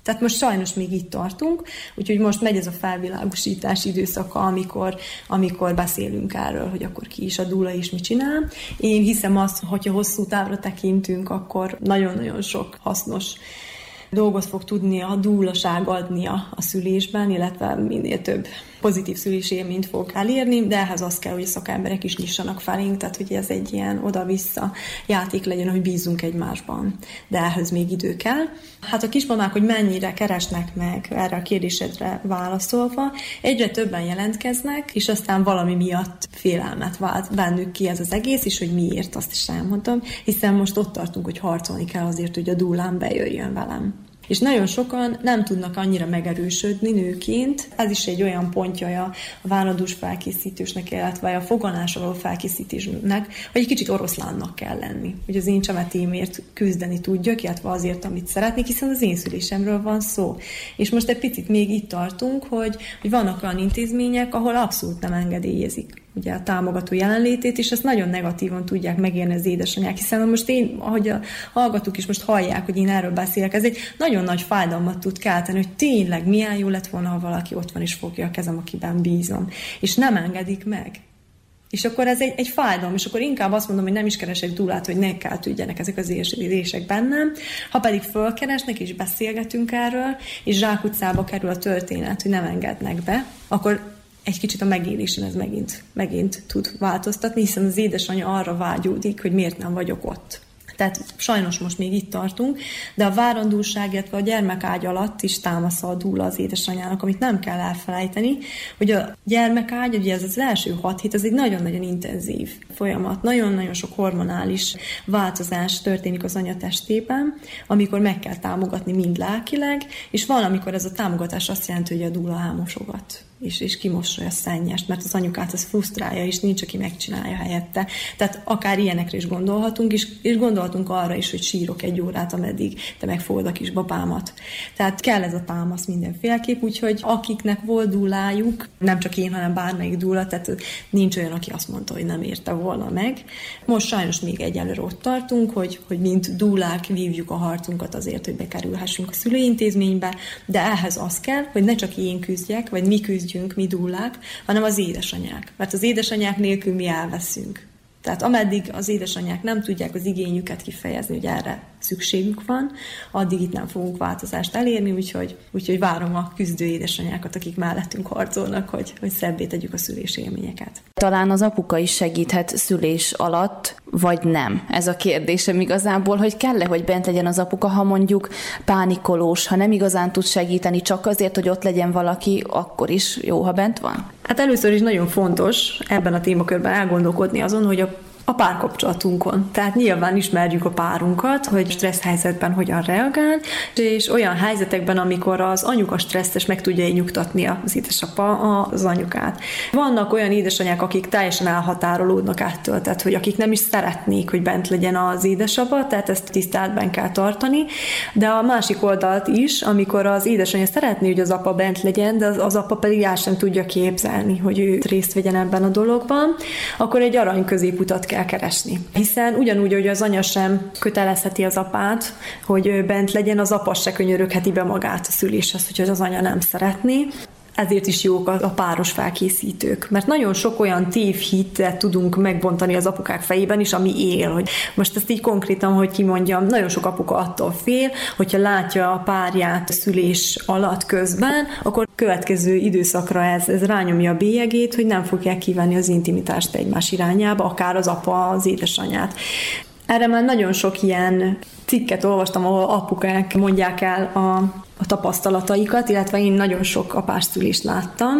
Speaker 3: Tehát most sajnos még itt tartunk, úgyhogy most megy ez a felvilágosítás időszaka, amikor, amikor beszélünk erről, hogy akkor ki is a dúla és mit csinál. Én hiszem azt, hogyha hosszú távra tekintünk, akkor nagyon-nagyon sok hasznos dolgot fog tudni a dúlaság adni a, a szülésben, illetve minél több pozitív szülésélményt fog elérni, de ehhez az kell, hogy a szakemberek is nyissanak felénk, tehát hogy ez egy ilyen oda-vissza játék legyen, hogy bízunk egymásban. De ehhez még idő kell. Hát a kismamák, hogy mennyire keresnek meg erre a kérdésedre válaszolva, egyre többen jelentkeznek, és aztán valami miatt félelmet vált bennük ki ez az egész, és hogy miért, azt is elmondtam, hiszen most ott tartunk, hogy harcolni kell azért, hogy a dúlám bejöjjön velem. És nagyon sokan nem tudnak annyira megerősödni nőként. Ez is egy olyan pontja a várandós felkészítősnek, illetve a foganásra való felkészítésnek, hogy egy kicsit oroszlánnak kell lenni. Hogy az én csemetémért küzdeni tudjak, illetve azért, amit szeretnék, hiszen az én szülésemről van szó. És most egy picit még itt tartunk, hogy, hogy vannak olyan intézmények, ahol abszolút nem engedélyezik ugye a támogató jelenlétét, és ezt nagyon negatívan tudják megérni az édesanyák, hiszen most én, ahogy a hallgatók is most hallják, hogy én erről beszélek, ez egy nagyon nagy fájdalmat tud kelteni, hogy tényleg milyen jó lett volna, ha valaki ott van és fogja a kezem, akiben bízom. És nem engedik meg. És akkor ez egy, egy fájdalom, és akkor inkább azt mondom, hogy nem is keresek dúlát, hogy ne kell tudjanak ezek az érzések bennem. Ha pedig fölkeresnek, és beszélgetünk erről, és zsákutcába kerül a történet, hogy nem engednek be, akkor egy kicsit a megélésen ez megint, megint tud változtatni, hiszen az édesanyja arra vágyódik, hogy miért nem vagyok ott. Tehát sajnos most még itt tartunk, de a várandóság, illetve a gyermekágy alatt is támasz a dúla az édesanyjának, amit nem kell elfelejteni, hogy a gyermekágy, ugye ez az első hat hét, az egy nagyon-nagyon intenzív folyamat, nagyon-nagyon sok hormonális változás történik az anya testében, amikor meg kell támogatni mind lelkileg, és van, amikor ez a támogatás azt jelenti, hogy a dúla elmosogat. És, és kimosolja a szennyest, mert az anyukát ez frusztrálja, és nincs, aki megcsinálja helyette. Tehát akár ilyenekre is gondolhatunk, és, és gondolhatunk arra is, hogy sírok egy órát, ameddig te megfogod a kis babámat. Tehát kell ez a támasz mindenféleképp, úgyhogy akiknek volt dúlájuk, nem csak én, hanem bármelyik dúla, tehát nincs olyan, aki azt mondta, hogy nem érte volna meg. Most sajnos még egyelőre ott tartunk, hogy, hogy mint dúlák vívjuk a harcunkat azért, hogy bekerülhessünk a szülőintézménybe, de ehhez az kell, hogy ne csak én küzdjek, vagy mi küzdjünk, mi dúlák, hanem az édesanyák. Mert az édesanyák nélkül mi elveszünk. Tehát ameddig az édesanyák nem tudják az igényüket kifejezni, hogy erre szükségük van, addig itt nem fogunk változást elérni, úgyhogy, úgyhogy várom a küzdő édesanyákat, akik mellettünk harcolnak, hogy, hogy szebbé tegyük a szülés élményeket.
Speaker 2: Talán az apuka is segíthet szülés alatt, vagy nem? Ez a kérdésem igazából, hogy kell-e, hogy bent legyen az apuka, ha mondjuk pánikolós, ha nem igazán tud segíteni, csak azért, hogy ott legyen valaki, akkor is jó, ha bent van?
Speaker 3: Hát először is nagyon fontos ebben a témakörben elgondolkodni azon, hogy a a párkapcsolatunkon. Tehát nyilván ismerjük a párunkat, hogy stressz helyzetben hogyan reagál, és olyan helyzetekben, amikor az anyuka stresszes, meg tudja nyugtatni az édesapa az anyukát. Vannak olyan édesanyák, akik teljesen elhatárolódnak ettől, tehát hogy akik nem is szeretnék, hogy bent legyen az édesapa, tehát ezt tiszteletben kell tartani, de a másik oldalt is, amikor az édesanyja szeretné, hogy az apa bent legyen, de az, az apa pedig el sem tudja képzelni, hogy ő részt vegyen ebben a dologban, akkor egy arany középutat kell keresni. Hiszen ugyanúgy, hogy az anya sem kötelezheti az apát, hogy bent legyen, az apa se könyörögheti be magát a szüléshez, hogy az anya nem szeretné. Ezért is jók a páros felkészítők, mert nagyon sok olyan tévhitet tudunk megbontani az apukák fejében is, ami él. Hogy most ezt így konkrétan, hogy kimondjam, nagyon sok apuka attól fél, hogyha látja a párját a szülés alatt közben, akkor következő időszakra ez, ez rányomja a bélyegét, hogy nem fogják kívánni az intimitást egymás irányába, akár az apa, az édesanyját. Erre már nagyon sok ilyen cikket olvastam, ahol apukák mondják el a, a tapasztalataikat, illetve én nagyon sok apásszülést láttam,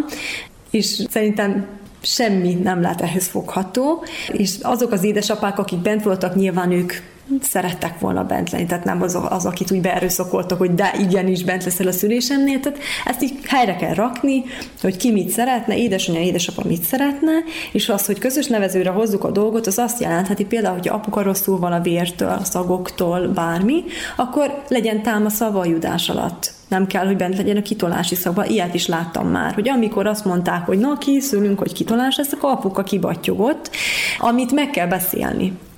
Speaker 3: és szerintem semmi nem lehet ehhez fogható, és azok az édesapák, akik bent voltak, nyilván ők szerettek volna bent lenni, tehát nem az, az akit úgy beerőszakoltak, hogy de igenis bent leszel a szülésemnél, tehát ezt így helyre kell rakni, hogy ki mit szeretne, édesanyja, édesapa mit szeretne, és az, hogy közös nevezőre hozzuk a dolgot, az azt jelentheti például, hogy apuka rosszul van a vértől, a szagoktól, bármi, akkor legyen támasz a vajudás alatt. Nem kell, hogy bent legyen a kitolási szakban. Ilyet is láttam már, hogy amikor azt mondták, hogy na, készülünk, hogy kitolás lesz, akkor apuka kibattyogott, amit meg kell beszélni.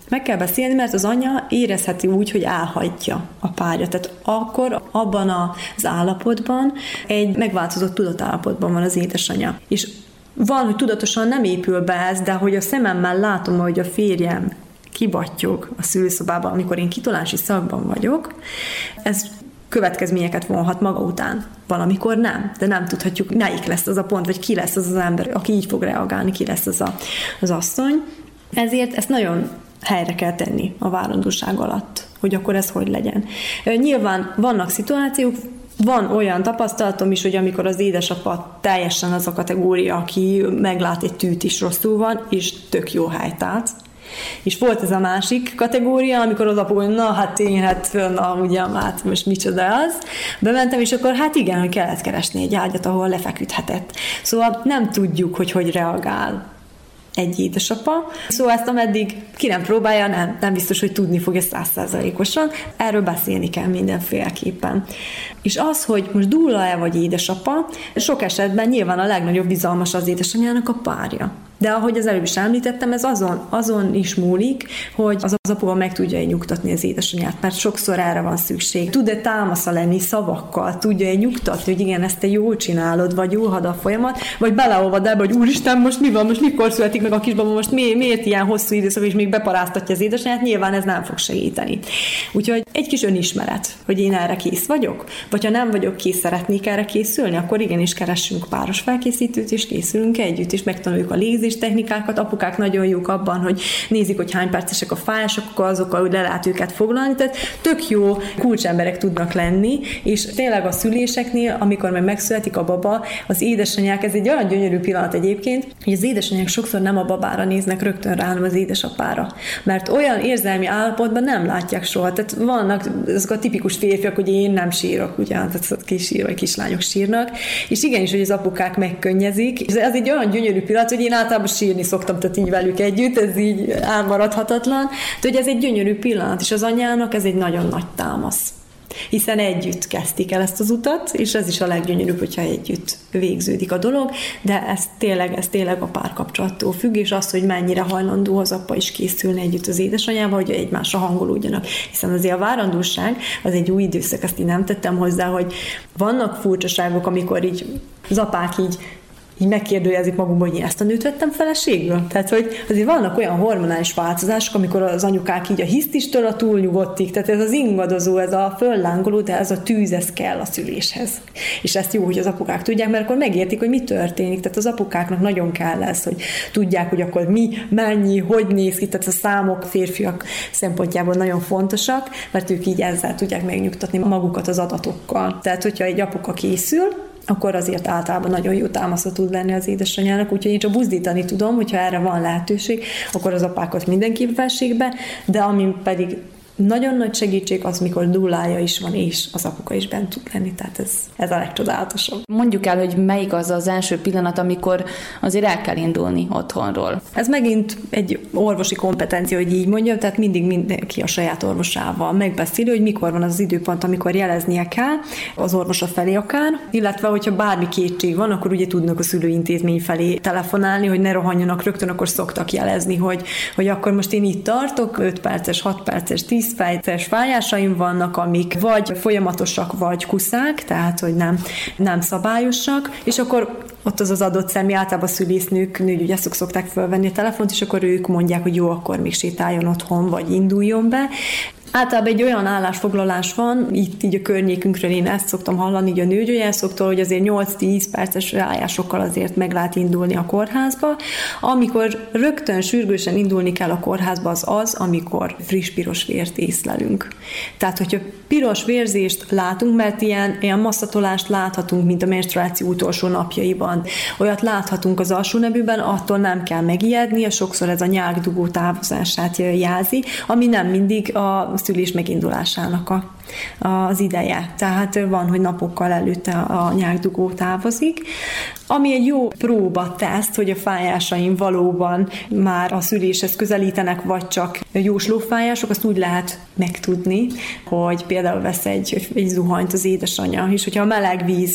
Speaker 3: Meg kell beszélni, mert az anya érezheti úgy, hogy elhagyja a párja. Tehát akkor abban az állapotban egy megváltozott tudatállapotban van az édesanyja. És van, hogy tudatosan nem épül be ez, de hogy a szememmel látom, hogy a férjem kibattyog a szülőszobában, amikor én kitolási szakban vagyok, ez következményeket vonhat maga után. Valamikor nem, de nem tudhatjuk, melyik lesz az a pont, vagy ki lesz az az ember, aki így fog reagálni, ki lesz az a, az asszony. Ezért ezt nagyon helyre kell tenni a várandóság alatt, hogy akkor ez hogy legyen. Nyilván vannak szituációk, van olyan tapasztalatom is, hogy amikor az édesapa teljesen az a kategória, aki meglát egy tűt is rosszul van, és tök jó helytát. És volt ez a másik kategória, amikor az apu, hogy na hát én, hát na ugye, hát most micsoda az. Bementem, és akkor hát igen, hogy kellett keresni egy ágyat, ahol lefeküdhetett. Szóval nem tudjuk, hogy hogy reagál egy édesapa. Szóval ezt ameddig ki nem próbálja, nem, nem biztos, hogy tudni fogja százszázalékosan. Erről beszélni kell mindenféleképpen. És az, hogy most dúla-e vagy édesapa, sok esetben nyilván a legnagyobb bizalmas az édesanyjának a párja. De ahogy az előbb is említettem, ez azon, azon is múlik, hogy az az apuka meg tudja nyugtatni az édesanyját, mert sokszor erre van szükség. Tud-e támasza lenni szavakkal, tudja-e nyugtatni, hogy igen, ezt te jól csinálod, vagy jól had a folyamat, vagy beleolvad el, hogy úristen, most mi van, most mikor születik meg a kisbaba, most mi, miért ilyen hosszú időszak, és még beparáztatja az édesanyját, nyilván ez nem fog segíteni. Úgyhogy egy kis önismeret, hogy én erre kész vagyok, vagy ha nem vagyok kész, szeretnék erre készülni, akkor igenis keressünk páros felkészítőt, és készülünk együtt, és megtanuljuk a légzést, technikákat. Apukák nagyon jók abban, hogy nézik, hogy hány percesek a fájások, akkor azokkal, hogy le lehet őket foglalni. Tehát tök jó kulcsemberek tudnak lenni, és tényleg a szüléseknél, amikor meg megszületik a baba, az édesanyák, ez egy olyan gyönyörű pillanat egyébként, hogy az édesanyák sokszor nem a babára néznek rögtön rá, hanem az édesapára. Mert olyan érzelmi állapotban nem látják soha. Tehát vannak azok a tipikus férfiak, hogy én nem sírok, ugye, tehát kisír, vagy kislányok sírnak, és igenis, hogy az apukák megkönnyezik, és ez egy olyan gyönyörű pillanat, hogy én általában sírni szoktam, tehát így velük együtt, ez így elmaradhatatlan. Tehát, hogy ez egy gyönyörű pillanat, és az anyának ez egy nagyon nagy támasz. Hiszen együtt kezdték el ezt az utat, és ez is a leggyönyörűbb, hogyha együtt végződik a dolog, de ez tényleg, ez tényleg a párkapcsolattól függ, és az, hogy mennyire hajlandó az apa is készülni együtt az édesanyjával, hogy egymásra hangolódjanak. Hiszen azért a várandóság az egy új időszak, ezt én nem tettem hozzá, hogy vannak furcsaságok, amikor így az apák így így megkérdőjezik magukban, hogy én ezt a nőt vettem feleségül. Tehát, hogy azért vannak olyan hormonális változások, amikor az anyukák így a hisztistől a túlnyugodtig, tehát ez az ingadozó, ez a föllángoló, de ez a tűz, ez kell a szüléshez. És ezt jó, hogy az apukák tudják, mert akkor megértik, hogy mi történik. Tehát az apukáknak nagyon kell ez, hogy tudják, hogy akkor mi, mennyi, hogy néz ki, tehát a számok férfiak szempontjából nagyon fontosak, mert ők így ezzel tudják megnyugtatni magukat az adatokkal. Tehát, hogyha egy apuka készül, akkor azért általában nagyon jó támasza tud lenni az édesanyjának, úgyhogy én csak buzdítani tudom, hogyha erre van lehetőség, akkor az apákat mindenképp vessék be, de ami pedig nagyon nagy segítség az, mikor dúlája is van, és az apuka is bent tud lenni, tehát ez, ez a legcsodálatosabb.
Speaker 2: Mondjuk el, hogy melyik az az első pillanat, amikor azért el kell indulni otthonról.
Speaker 3: Ez megint egy orvosi kompetencia, hogy így mondjam, tehát mindig mindenki a saját orvosával megbeszéli, hogy mikor van az, az időpont, amikor jeleznie kell, az orvosa felé akár, illetve hogyha bármi kétség van, akkor ugye tudnak a szülőintézmény felé telefonálni, hogy ne rohanjanak rögtön, akkor szoktak jelezni, hogy, hogy akkor most én itt tartok, öt perces, hat perces, tíz perces fájásaim vannak, amik vagy folyamatosak, vagy kuszák, tehát hogy nem, nem szabályosak, és akkor ott az az adott személy, általában a szülésznők, nőgyógyászok szokták felvenni a telefont, és akkor ők mondják, hogy jó, akkor még sétáljon otthon, vagy induljon be. Általában egy olyan állásfoglalás van, itt így a környékünkről én ezt szoktam hallani, így a nőgyógyászoktól, hogy azért nyolc-tíz perces rájásokkal azért meg lehet indulni a kórházba. Amikor rögtön sürgősen indulni kell a kórházba, az az, amikor friss piros vért észlelünk. Tehát, hogyha piros vérzést látunk, mert ilyen, ilyen masszatolást láthatunk, mint a menstruáció utolsó napjaiban. Olyat láthatunk az alsónebűben, attól nem kell megijedni, sokszor ez a nyákdugó távozását jelzi, ami nem mindig a szülés megindulásának a, az ideje. Tehát van, hogy napokkal előtte a nyákdugó távozik. Ami egy jó próba teszt, hogy a fájásaim valóban már a szüléshez közelítenek, vagy csak jóslófájások, azt úgy lehet megtudni, hogy például vesz egy, egy zuhanyt az édesanyja, és hogyha a meleg víz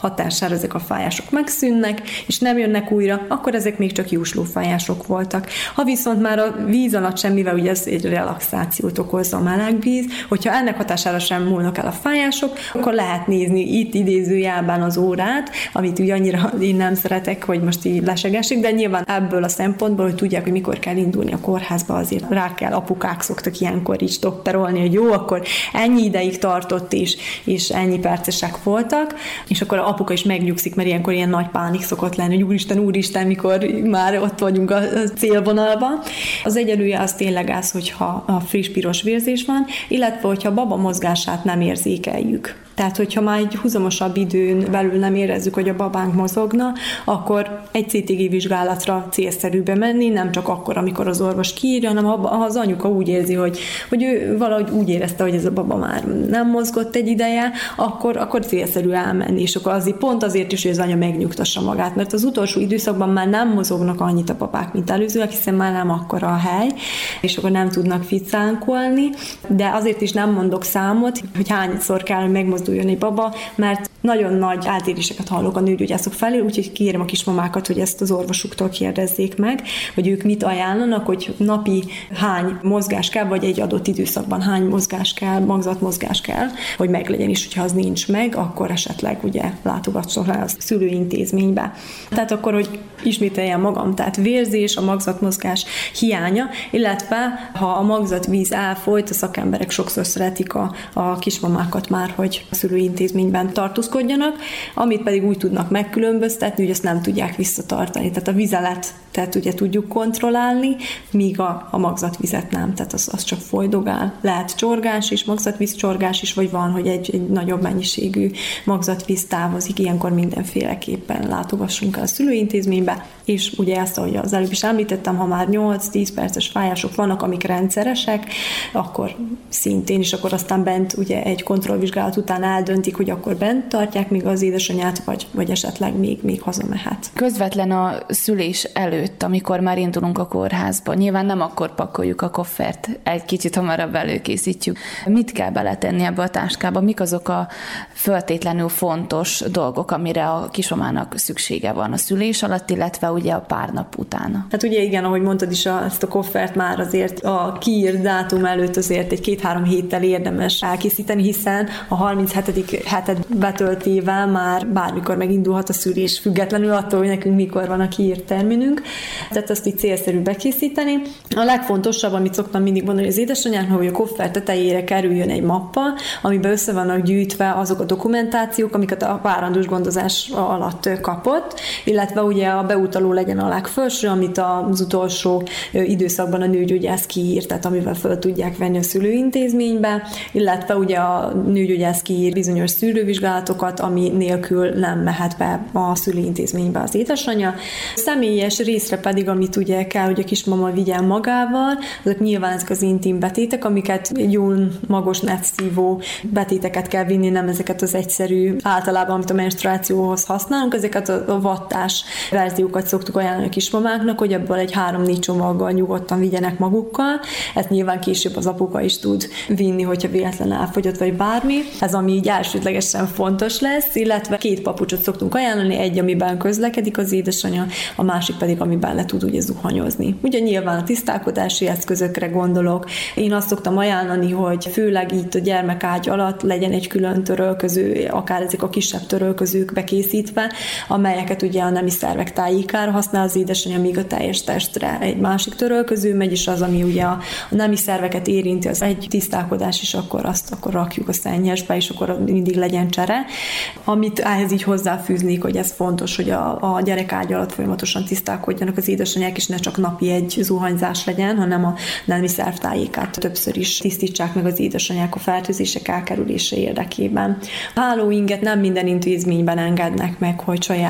Speaker 3: hatására ezek a fájások megszűnnek, és nem jönnek újra, akkor ezek még csak jósló fájások voltak. Ha viszont már a víz alatt sem, mivel ugye ez egy relaxációt okozza a meleg víz, hogyha ennek hatására sem múlnak el a fájások, akkor lehet nézni itt idézőjelben az órát, amit ugye annyira én nem szeretek, hogy most így lesegessék, de nyilván ebből a szempontból, hogy tudják, hogy mikor kell indulni a kórházba, azért rá kell, apukák szoktak ilyenkor is stopperolni, hogy jó, akkor ennyi ideig tartott is, és ennyi percesek voltak, és akkor a apuka is megnyugszik, mert ilyenkor ilyen nagy pánik szokott lenni, hogy úristen, úristen, mikor már ott vagyunk a célvonalban. Az egyelője az tényleg az, hogyha a friss piros vérzés van, illetve hogyha a baba mozgását nem érzékeljük. Tehát, hogyha már egy húzamosabb időn belül nem érezzük, hogy a babánk mozogna, akkor egy cé té gé vizsgálatra célszerű bemenni, nem csak akkor, amikor az orvos kiírja, hanem ha az anyuka úgy érzi, hogy, hogy ő valahogy úgy érezte, hogy ez a baba már nem mozgott egy ideje, akkor, akkor célszerű elmenni. És akkor azért pont azért is, hogy az anya megnyugtassa magát, mert az utolsó időszakban már nem mozognak annyit a babák, mint előzőek, hiszen már nem akkora a hely, és akkor nem tudnak ficánkolni, de azért is nem mondok számot, hogy hányszor kell, hogy megmozduljon egy baba, mert nagyon nagy eltéréseket hallok a nőgyógyászok felé, úgyhogy kérem a kismamákat, hogy ezt az orvosuktól kérdezzék meg, hogy ők mit ajánlanak, hogy napi hány mozgás kell, vagy egy adott időszakban hány mozgás kell, magzatmozgás kell, hogy meglegyen is, hogyha az nincs meg, akkor esetleg ugye látogatszok le a szülőintézménybe. Tehát akkor, hogy ismételjem magam, tehát vérzés, a magzatmozgás hiánya, illetve ha a magzatvíz elfolyt, a szakemberek sokszor szeretik a, a kismamákat már, hogy a szülőintézményben tartózkodjanak, amit pedig úgy tudnak megkülönböztetni, hogy ezt nem tudják visszatartani. Tehát a vizelet, tehát ugye tudjuk kontrollálni, míg a, a magzatvizet nem, tehát az, az csak folydogál. Lehet csorgás is, magzatvíz csorgás is, vagy van, hogy egy, egy nagyobb mennyiségű magzatvíz távozik, ilyenkor mindenféleképpen látogassunk el a szülőintézménybe, és ugye ezt, ahogy az előbb is említettem, ha már nyolc-tíz perces fájások vannak, amik rendszeresek, akkor szintén is, akkor aztán bent ugye egy kontrollvizsgálat után eldöntik, hogy akkor bent tartják még az édesanyát, vagy, vagy esetleg még, még hazamehet.
Speaker 2: Közvetlen a szülés előtt, amikor már indulunk a kórházba, nyilván nem akkor pakoljuk a koffert, egy kicsit hamarabb előkészítjük. Mit kell beletenni ebbe a táskába? Mik azok a föltétlenül fontos dolgok, amire a kismamának szüksége van a szülés alatt, illetve ugye a pár nap utána?
Speaker 3: Hát ugye igen, ahogy mondtad is, a, ezt a koffert már azért a kiírt dátum előtt azért egy két-három héttel érdemes elkészíteni, hiszen a harminchetedik hetet betöltével már bármikor megindulhat a szülés, függetlenül attól, hogy nekünk mikor van a kiírt terminünk. Tehát azt így célszerű bekészíteni. A legfontosabb, amit szoktam mindig mondani az édesanyáknak, hogy a koffer tetejére kerüljön egy mappa, amiben össze vannak gyűjtve azok a dokumentációk, amiket a várandós gondozás alatt kapott, illetve ugye a beutaló legyen a legfelső, amit az utolsó időszakban a nőgyógyász kiírt, tehát amivel föl tudják venni a szülőintézménybe, illetve ugye a nőgyógyász kiír bizonyos szűrővizsgálatokat, ami nélkül nem mehet be a szülőintézménybe az édesanyja. A személyes részre pedig, amit ugye kell, hogy a kismama vigyen magával, azok nyilván ezek az intim betétek, amiket jól magos netszívó betéteket kell vinni, nem ezeket az egyszerű, általában, amit a menstruációhoz használunk, ezeket a vattás verziókat szoktuk ajánlani a kismamáknak, hogy ebből egy három-négy csomaggal nyugodtan vigyenek magukkal. Ezt nyilván később az apuka is tud vinni, hogyha véletlenül elfogyott, vagy bármi. Ez ami így elsődlegesen fontos lesz, illetve két papucsot szoktunk ajánlani, egy, amiben közlekedik az édesanyja, a másik pedig, amiben le tud ugye zuhanyozni. Ugye nyilván a tisztálkodási eszközökre gondolok. Én azt szoktam ajánlani, hogy főleg itt a gyermekágy alatt legyen egy külön törölköző, akár ezek a kisebb törölközők bekészítve, amelyeket ugye a nemi szervek tájékára használ az édesanyja, míg a teljes testre egy másik törölköző megy, és az, ami ugye a nemi szerveket érinti, az egy tisztálkodás, és akkor azt akkor rakjuk a szennyesbe, és akkor mindig legyen csere. Amit ehhez így hozzáfűznék, hogy ez fontos, hogy a, a gyerekágy alatt folyamatosan tisztálkodjanak az édesanyák, és ne csak napi egy zuhanyzás legyen, hanem a nemi szervtájékát többször is tisztítsák meg az édesanyák a fertőzések elkerülése érdekében. A hálóinget nem minden intézményben engednek meg, hogy saját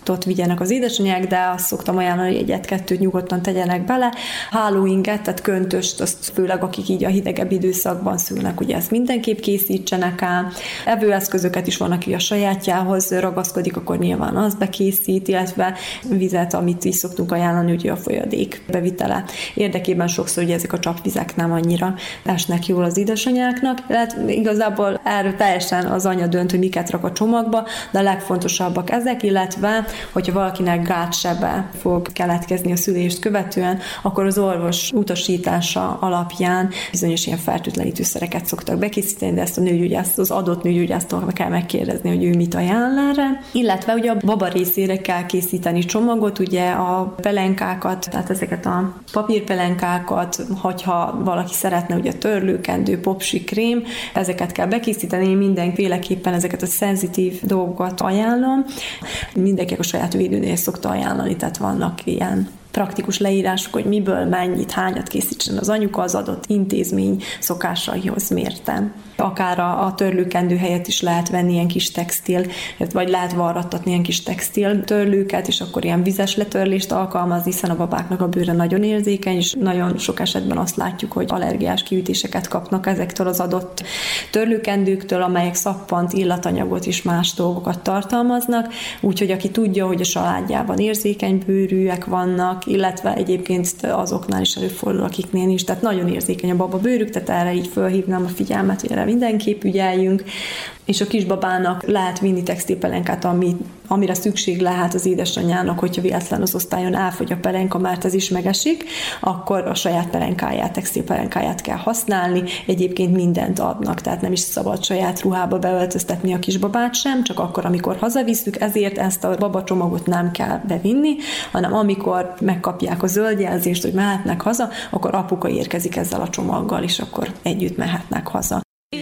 Speaker 3: csomagot vigyenek az édesanyák, de azt szoktam ajánlani, hogy egyet-kettőt nyugodtan tegyenek bele. Hálóinget, tehát köntöst, azt főleg akik így a hidegebb időszakban szülnek, ugye ezt mindenképp készítsenek el. Evőeszközöket is van, aki a sajátjához ragaszkodik, akkor nyilván az bekészít, illetve vizet, amit is szoktunk ajánlani, ugye a folyadék bevitele érdekében sokszor ugye ezek a csapvizek nem annyira esnek jól az édesanyáknak. Tehát igazából erről teljesen az anya dönt, hogy miket rak a csomagba, de a legfontosabbak ezek, illetve hogyha valakinek gátsebe fog keletkezni a szülést követően, akkor az orvos utasítása alapján bizonyos ilyen fertőtlenítőszereket szoktak bekészíteni, de ezt a nőgyógyászt, az adott nőgyógyásztól kell megkérdezni, hogy ő mit ajánl erre. Illetve ugye a baba részére kell készíteni csomagot, ugye a pelenkákat, tehát ezeket a papírpelenkákat, hogyha valaki szeretne, ugye törlőkendő, popsi krém, ezeket kell bekészíteni, én mindenféleképpen ezeket a szenzitív dolgokat ajánlom. Mindenki a saját védőnél szokta ajánlani, tehát vannak ilyen praktikus leírások, hogy miből, mennyit, hányat készítsen az anyuka az adott intézmény szokásaihoz mérten. Akár a, a törlőkendő helyett is lehet venni ilyen kis textil, vagy lehet varrattatni ilyen kis textil törlőket, és akkor ilyen vizes letörlést alkalmazni, hiszen a babáknak a bőre nagyon érzékeny, és nagyon sok esetben azt látjuk, hogy allergiás kiütéseket kapnak ezektől az adott törlőkendőktől, amelyek szappant, illatanyagot és más dolgokat tartalmaznak, úgyhogy aki tudja, hogy a családjában érzékeny bőrűek vannak, illetve egyébként azoknál is előfordul, akiknél is, tehát nagyon érzékeny a baba bőrük, tehát erre így fölhívnám a figyelmet, hogy erre mindenképp ügyeljünk, és a kisbabának lehet vinni textilpelenkát, ami, amire szükség lehet az édesanyjának, hogyha véletlen az osztályon elfogy a pelenka, mert ez is megesik, akkor a saját pelenkáját, textilpelenkáját kell használni, egyébként mindent adnak, tehát nem is szabad saját ruhába beöltöztetni a kisbabát sem, csak akkor, amikor hazavisszük, ezért ezt a babacsomagot nem kell bevinni, hanem amikor megkapják a zöld jelzést, hogy mehetnek haza, akkor apuka érkezik ezzel a csomaggal, és akkor együtt mehetnek haza.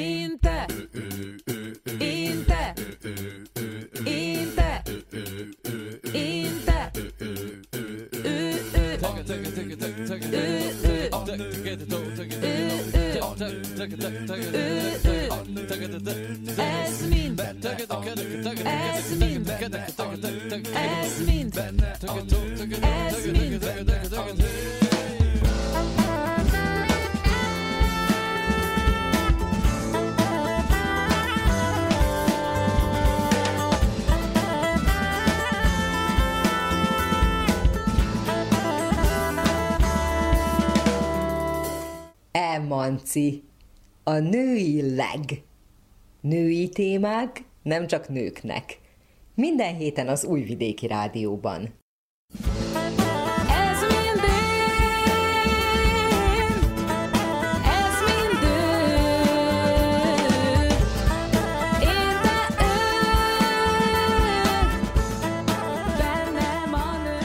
Speaker 4: Ez mind, ez mind, ez mind, ez mind.
Speaker 5: Emanci, a női leg. Női témák nem csak nőknek. Minden héten az Újvidéki Rádióban.
Speaker 4: Ez mind én, ez mind ő, én te ő, bennem a nő.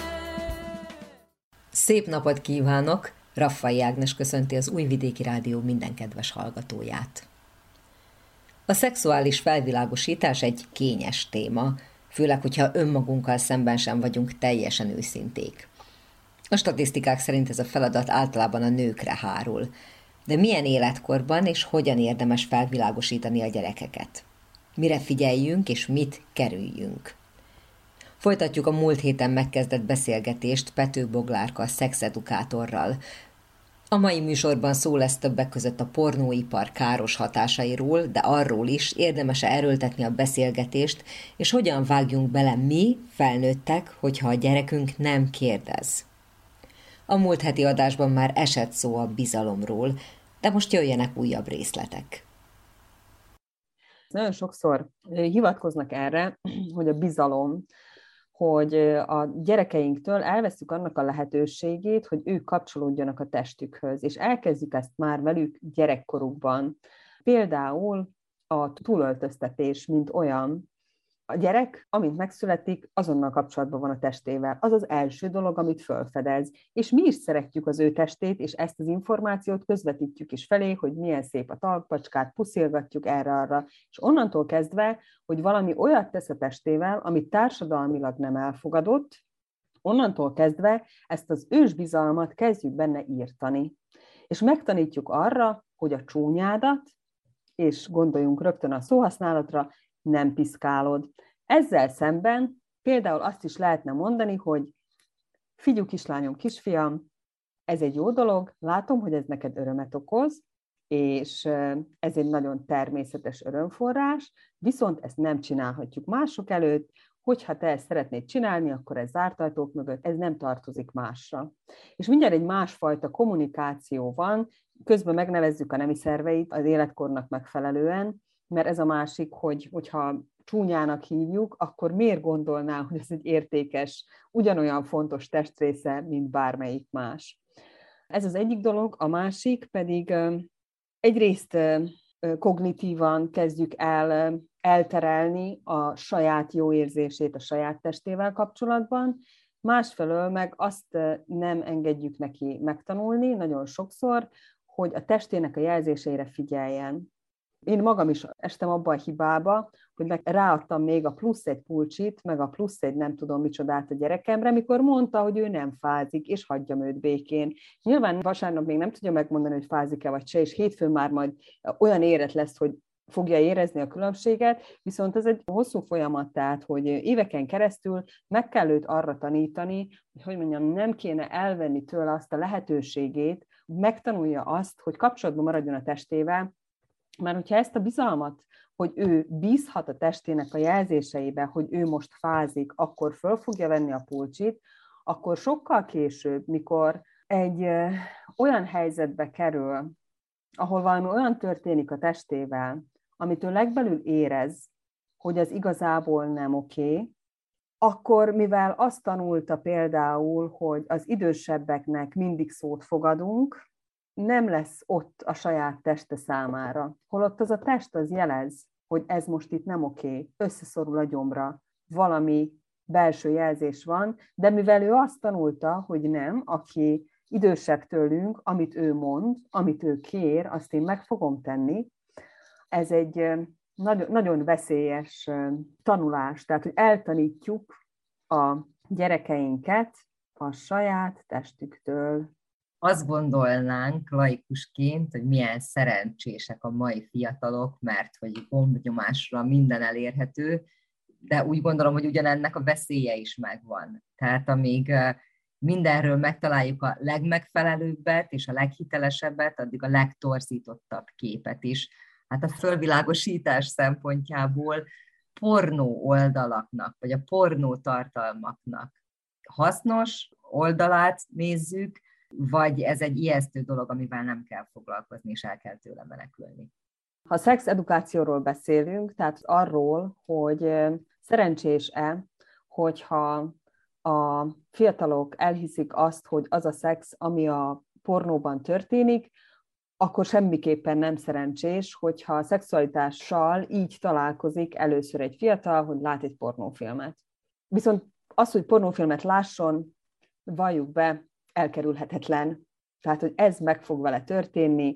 Speaker 5: Szép napot kívánok! Raffai Ágnes köszönti az Újvidéki Rádió minden kedves hallgatóját. A szexuális felvilágosítás egy kényes téma, főleg, hogyha önmagunkkal szemben sem vagyunk teljesen őszinték. A statisztikák szerint ez a feladat általában a nőkre hárul. De milyen életkorban és hogyan érdemes felvilágosítani a gyerekeket? Mire figyeljünk és mit kerüljünk? Folytatjuk a múlt héten megkezdett beszélgetést Pető Boglárka szexedukátorral. A mai műsorban szó lesz többek között a pornóipar káros hatásairól, de arról is érdemes erőltetni a beszélgetést, és hogyan vágjunk bele mi, felnőttek, hogyha a gyerekünk nem kérdez. A múlt heti adásban már esett szó a bizalomról, de most jöjjenek újabb részletek.
Speaker 6: Nagyon sokszor hivatkoznak erre, hogy a bizalom, hogy a gyerekeinktől elveszük annak a lehetőségét, hogy ők kapcsolódjanak a testükhöz, és elkezdjük ezt már velük gyerekkorukban. Például a túlöltöztetés, mint olyan. A gyerek, amint megszületik, azonnal kapcsolatban van a testével. Az az első dolog, amit felfedez. És mi is szeretjük az ő testét, és ezt az információt közvetítjük is felé, hogy milyen szép a talpacskát, puszilgatjuk erre-arra. És onnantól kezdve, hogy valami olyat tesz a testével, amit társadalmilag nem elfogadott, onnantól kezdve ezt az ősbizalmat kezdjük benne írtani. És megtanítjuk arra, hogy a csúnyádat, és gondoljunk rögtön a szóhasználatra, nem piszkálod. Ezzel szemben Például azt is lehetne mondani, hogy figyú, kislányom, kisfiam, ez egy jó dolog, látom, hogy ez neked örömet okoz, és ez egy nagyon természetes örömforrás, viszont ezt nem csinálhatjuk mások előtt, hogyha te ezt szeretnéd csinálni, akkor ez zárt ajtók mögött, ez nem tartozik másra. És mindjárt egy másfajta kommunikáció van, közben megnevezzük a nemi szerveit az életkornak megfelelően, mert ez a másik, hogy, hogyha csúnyának hívjuk, akkor miért gondolná, hogy ez egy értékes, ugyanolyan fontos testrésze, mint bármelyik más. Ez az egyik dolog, a másik pedig egyrészt kognitívan kezdjük el elterelni a saját jó érzését a saját testével kapcsolatban, másfelől meg azt nem engedjük neki megtanulni nagyon sokszor, hogy a testének a jelzéseire figyeljen. Én magam is estem abba a hibába, hogy meg ráadtam még a plusz egy pulcsit, meg a plusz egy nem tudom micsodát a gyerekemre, mikor mondta, hogy ő nem fázik, és hagyjam őt békén. Nyilván vasárnap még nem tudja megmondani, hogy fázik-e vagy se, és hétfőn már majd olyan érett lesz, hogy fogja érezni a különbséget, viszont ez egy hosszú folyamat, tehát, hogy éveken keresztül meg kell őt arra tanítani, hogy, hogy mondjam, nem kéne elvenni tőle azt a lehetőségét, hogy megtanulja azt, hogy kapcsolatban maradjon a testével, mert hogyha ezt a bizalmat, hogy ő bízhat a testének a jelzéseibe, hogy ő most fázik, akkor föl fogja venni a pulcsit, akkor sokkal később, mikor egy olyan helyzetbe kerül, ahol valami olyan történik a testével, amit ő legbelül érez, hogy az igazából nem oké, akkor mivel azt tanulta például, hogy az idősebbeknek mindig szót fogadunk, nem lesz ott a saját teste számára. Holott az a test az jelez, hogy ez most itt nem oké, összeszorul a gyomra, valami belső jelzés van, de mivel ő azt tanulta, hogy nem, aki idősebb tőlünk, amit ő mond, amit ő kér, azt én meg fogom tenni, ez egy nagyon, nagyon veszélyes tanulás, tehát hogy eltanítjuk a gyerekeinket a saját testüktől.
Speaker 5: Azt gondolnánk laikusként, hogy milyen szerencsések a mai fiatalok, mert hogy gombnyomásra minden elérhető, de úgy gondolom, hogy ugyanennek a veszélye is megvan. Tehát amíg mindenről megtaláljuk a legmegfelelőbbet és a leghitelesebbet, addig a legtorzítottabb képet is. Hát a fölvilágosítás szempontjából pornó oldalaknak, vagy a pornó tartalmaknak hasznos oldalát nézzük, vagy ez egy ijesztő dolog, amivel nem kell foglalkozni, és el kell tőle menekülni.
Speaker 6: Ha szexedukációról beszélünk, tehát arról, hogy szerencsés-e, hogyha a fiatalok elhiszik azt, hogy az a szex, ami a pornóban történik, akkor semmiképpen nem szerencsés, hogyha a szexualitással így találkozik először egy fiatal, hogy lát egy pornófilmet. Viszont az, hogy pornófilmet lásson, valljuk be, elkerülhetetlen. Tehát, hogy ez meg fog vele történni,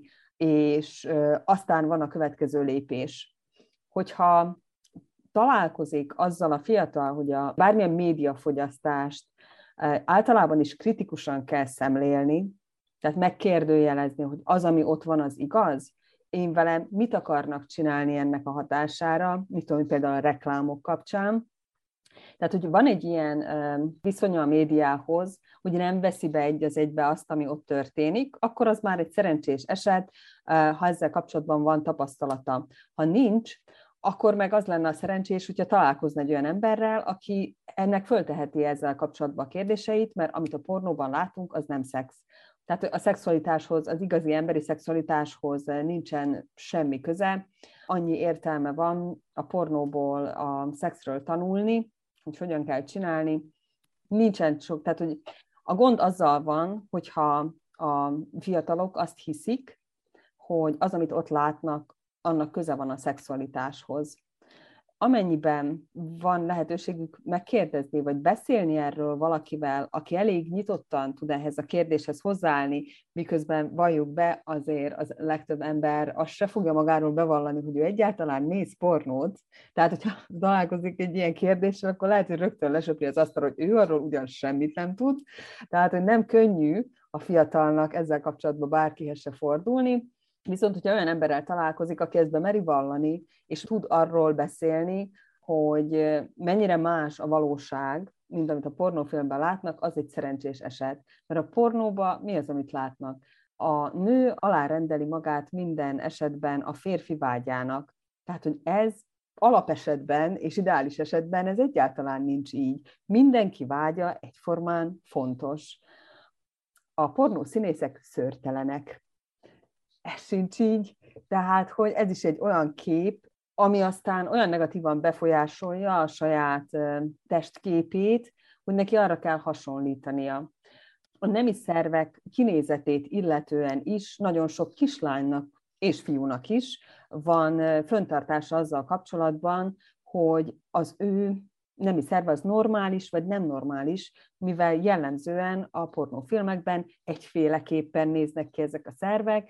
Speaker 6: és aztán van a következő lépés. Hogyha találkozik azzal a fiatal, hogy a bármilyen médiafogyasztást általában is kritikusan kell szemlélni, tehát megkérdőjelezni, hogy az, ami ott van, az igaz, én velem mit akarnak csinálni ennek a hatására, mit tudom, például a reklámok kapcsán. Tehát, hogy van egy ilyen viszonya a médiához, hogy nem veszi be egy az egybe azt, ami ott történik, akkor az már egy szerencsés eset, ha ezzel kapcsolatban van tapasztalata. Ha nincs, akkor meg az lenne a szerencsés, hogyha találkozna egy olyan emberrel, aki ennek fölteheti ezzel kapcsolatban a kérdéseit, mert amit a pornóban látunk, az nem szex. Tehát a szexualitáshoz, az igazi emberi szexualitáshoz nincsen semmi köze. Annyi értelme van a pornóból a szexről tanulni, hogy hogyan kell csinálni. Nincsen sok, tehát hogy a gond azzal van, hogyha a fiatalok azt hiszik, hogy az, amit ott látnak, annak köze van a szexualitáshoz. Amennyiben van lehetőségük megkérdezni, vagy beszélni erről valakivel, aki elég nyitottan tud ehhez a kérdéshez hozzáállni, miközben valljuk be, azért az legtöbb ember azt se fogja magáról bevallani, hogy ő egyáltalán néz pornót. Tehát, hogyha találkozik egy ilyen kérdéssel, akkor lehet, hogy rögtön lesöpri az asztalra, hogy ő arról ugyan semmit nem tud. Tehát, hogy nem könnyű a fiatalnak ezzel kapcsolatban bárkihez se fordulni. Viszont, hogyha olyan emberrel találkozik, aki ezt bemeri vallani, és tud arról beszélni, hogy mennyire más a valóság, mint amit a pornófilmben látnak, az egy szerencsés eset. Mert a pornóban mi az, amit látnak? A nő alárendeli magát minden esetben a férfi vágyának. Tehát, hogy ez alapesetben és ideális esetben ez egyáltalán nincs így. Mindenki vágya egyformán fontos. A pornószínészek szőrtelenek. Ez sincs így. Tehát, hogy ez is egy olyan kép, ami aztán olyan negatívan befolyásolja a saját testképét, hogy neki arra kell hasonlítania. A nemi szervek kinézetét illetően is nagyon sok kislánynak és fiúnak is van föntartása azzal kapcsolatban, hogy az ő nemi szerve az normális vagy nem normális, mivel jellemzően a pornófilmekben egyféleképpen néznek ki ezek a szervek,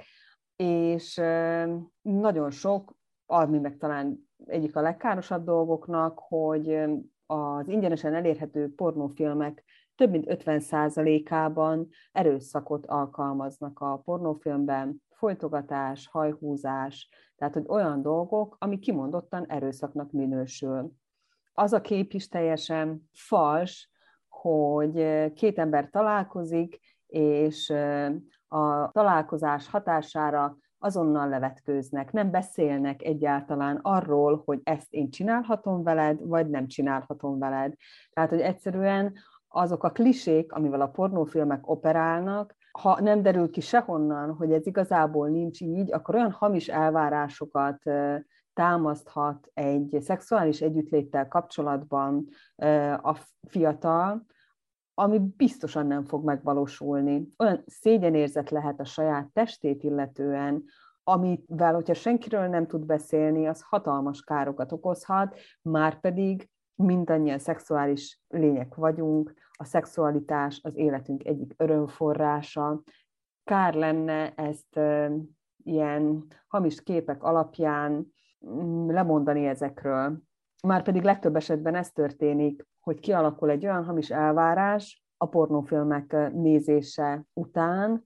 Speaker 6: és nagyon sok, ami meg talán egyik a legkárosabb dolgoknak, hogy az ingyenesen elérhető pornófilmek több mint ötven százalékában erőszakot alkalmaznak a pornófilmben, folytogatás, hajhúzás, tehát hogy olyan dolgok, ami kimondottan erőszaknak minősül. Az a kép is teljesen fals, hogy két ember találkozik, és a találkozás hatására azonnal levetkőznek, nem beszélnek egyáltalán arról, hogy ezt én csinálhatom veled, vagy nem csinálhatom veled. Tehát, hogy egyszerűen azok a klisék, amivel a pornófilmek operálnak, ha nem derül ki sehonnan, hogy ez igazából nincs így, akkor olyan hamis elvárásokat támaszthat egy szexuális együttléttel kapcsolatban a fiatal, ami biztosan nem fog megvalósulni. Olyan szégyenérzet lehet a saját testét illetően, amivel, hogyha senkiről nem tud beszélni, az hatalmas károkat okozhat, márpedig mindannyian szexuális lények vagyunk, a szexualitás az életünk egyik örömforrása. Kár lenne ezt e, ilyen hamis képek alapján lemondani ezekről. Márpedig legtöbb esetben ez történik, hogy kialakul egy olyan hamis elvárás a pornófilmek nézése után,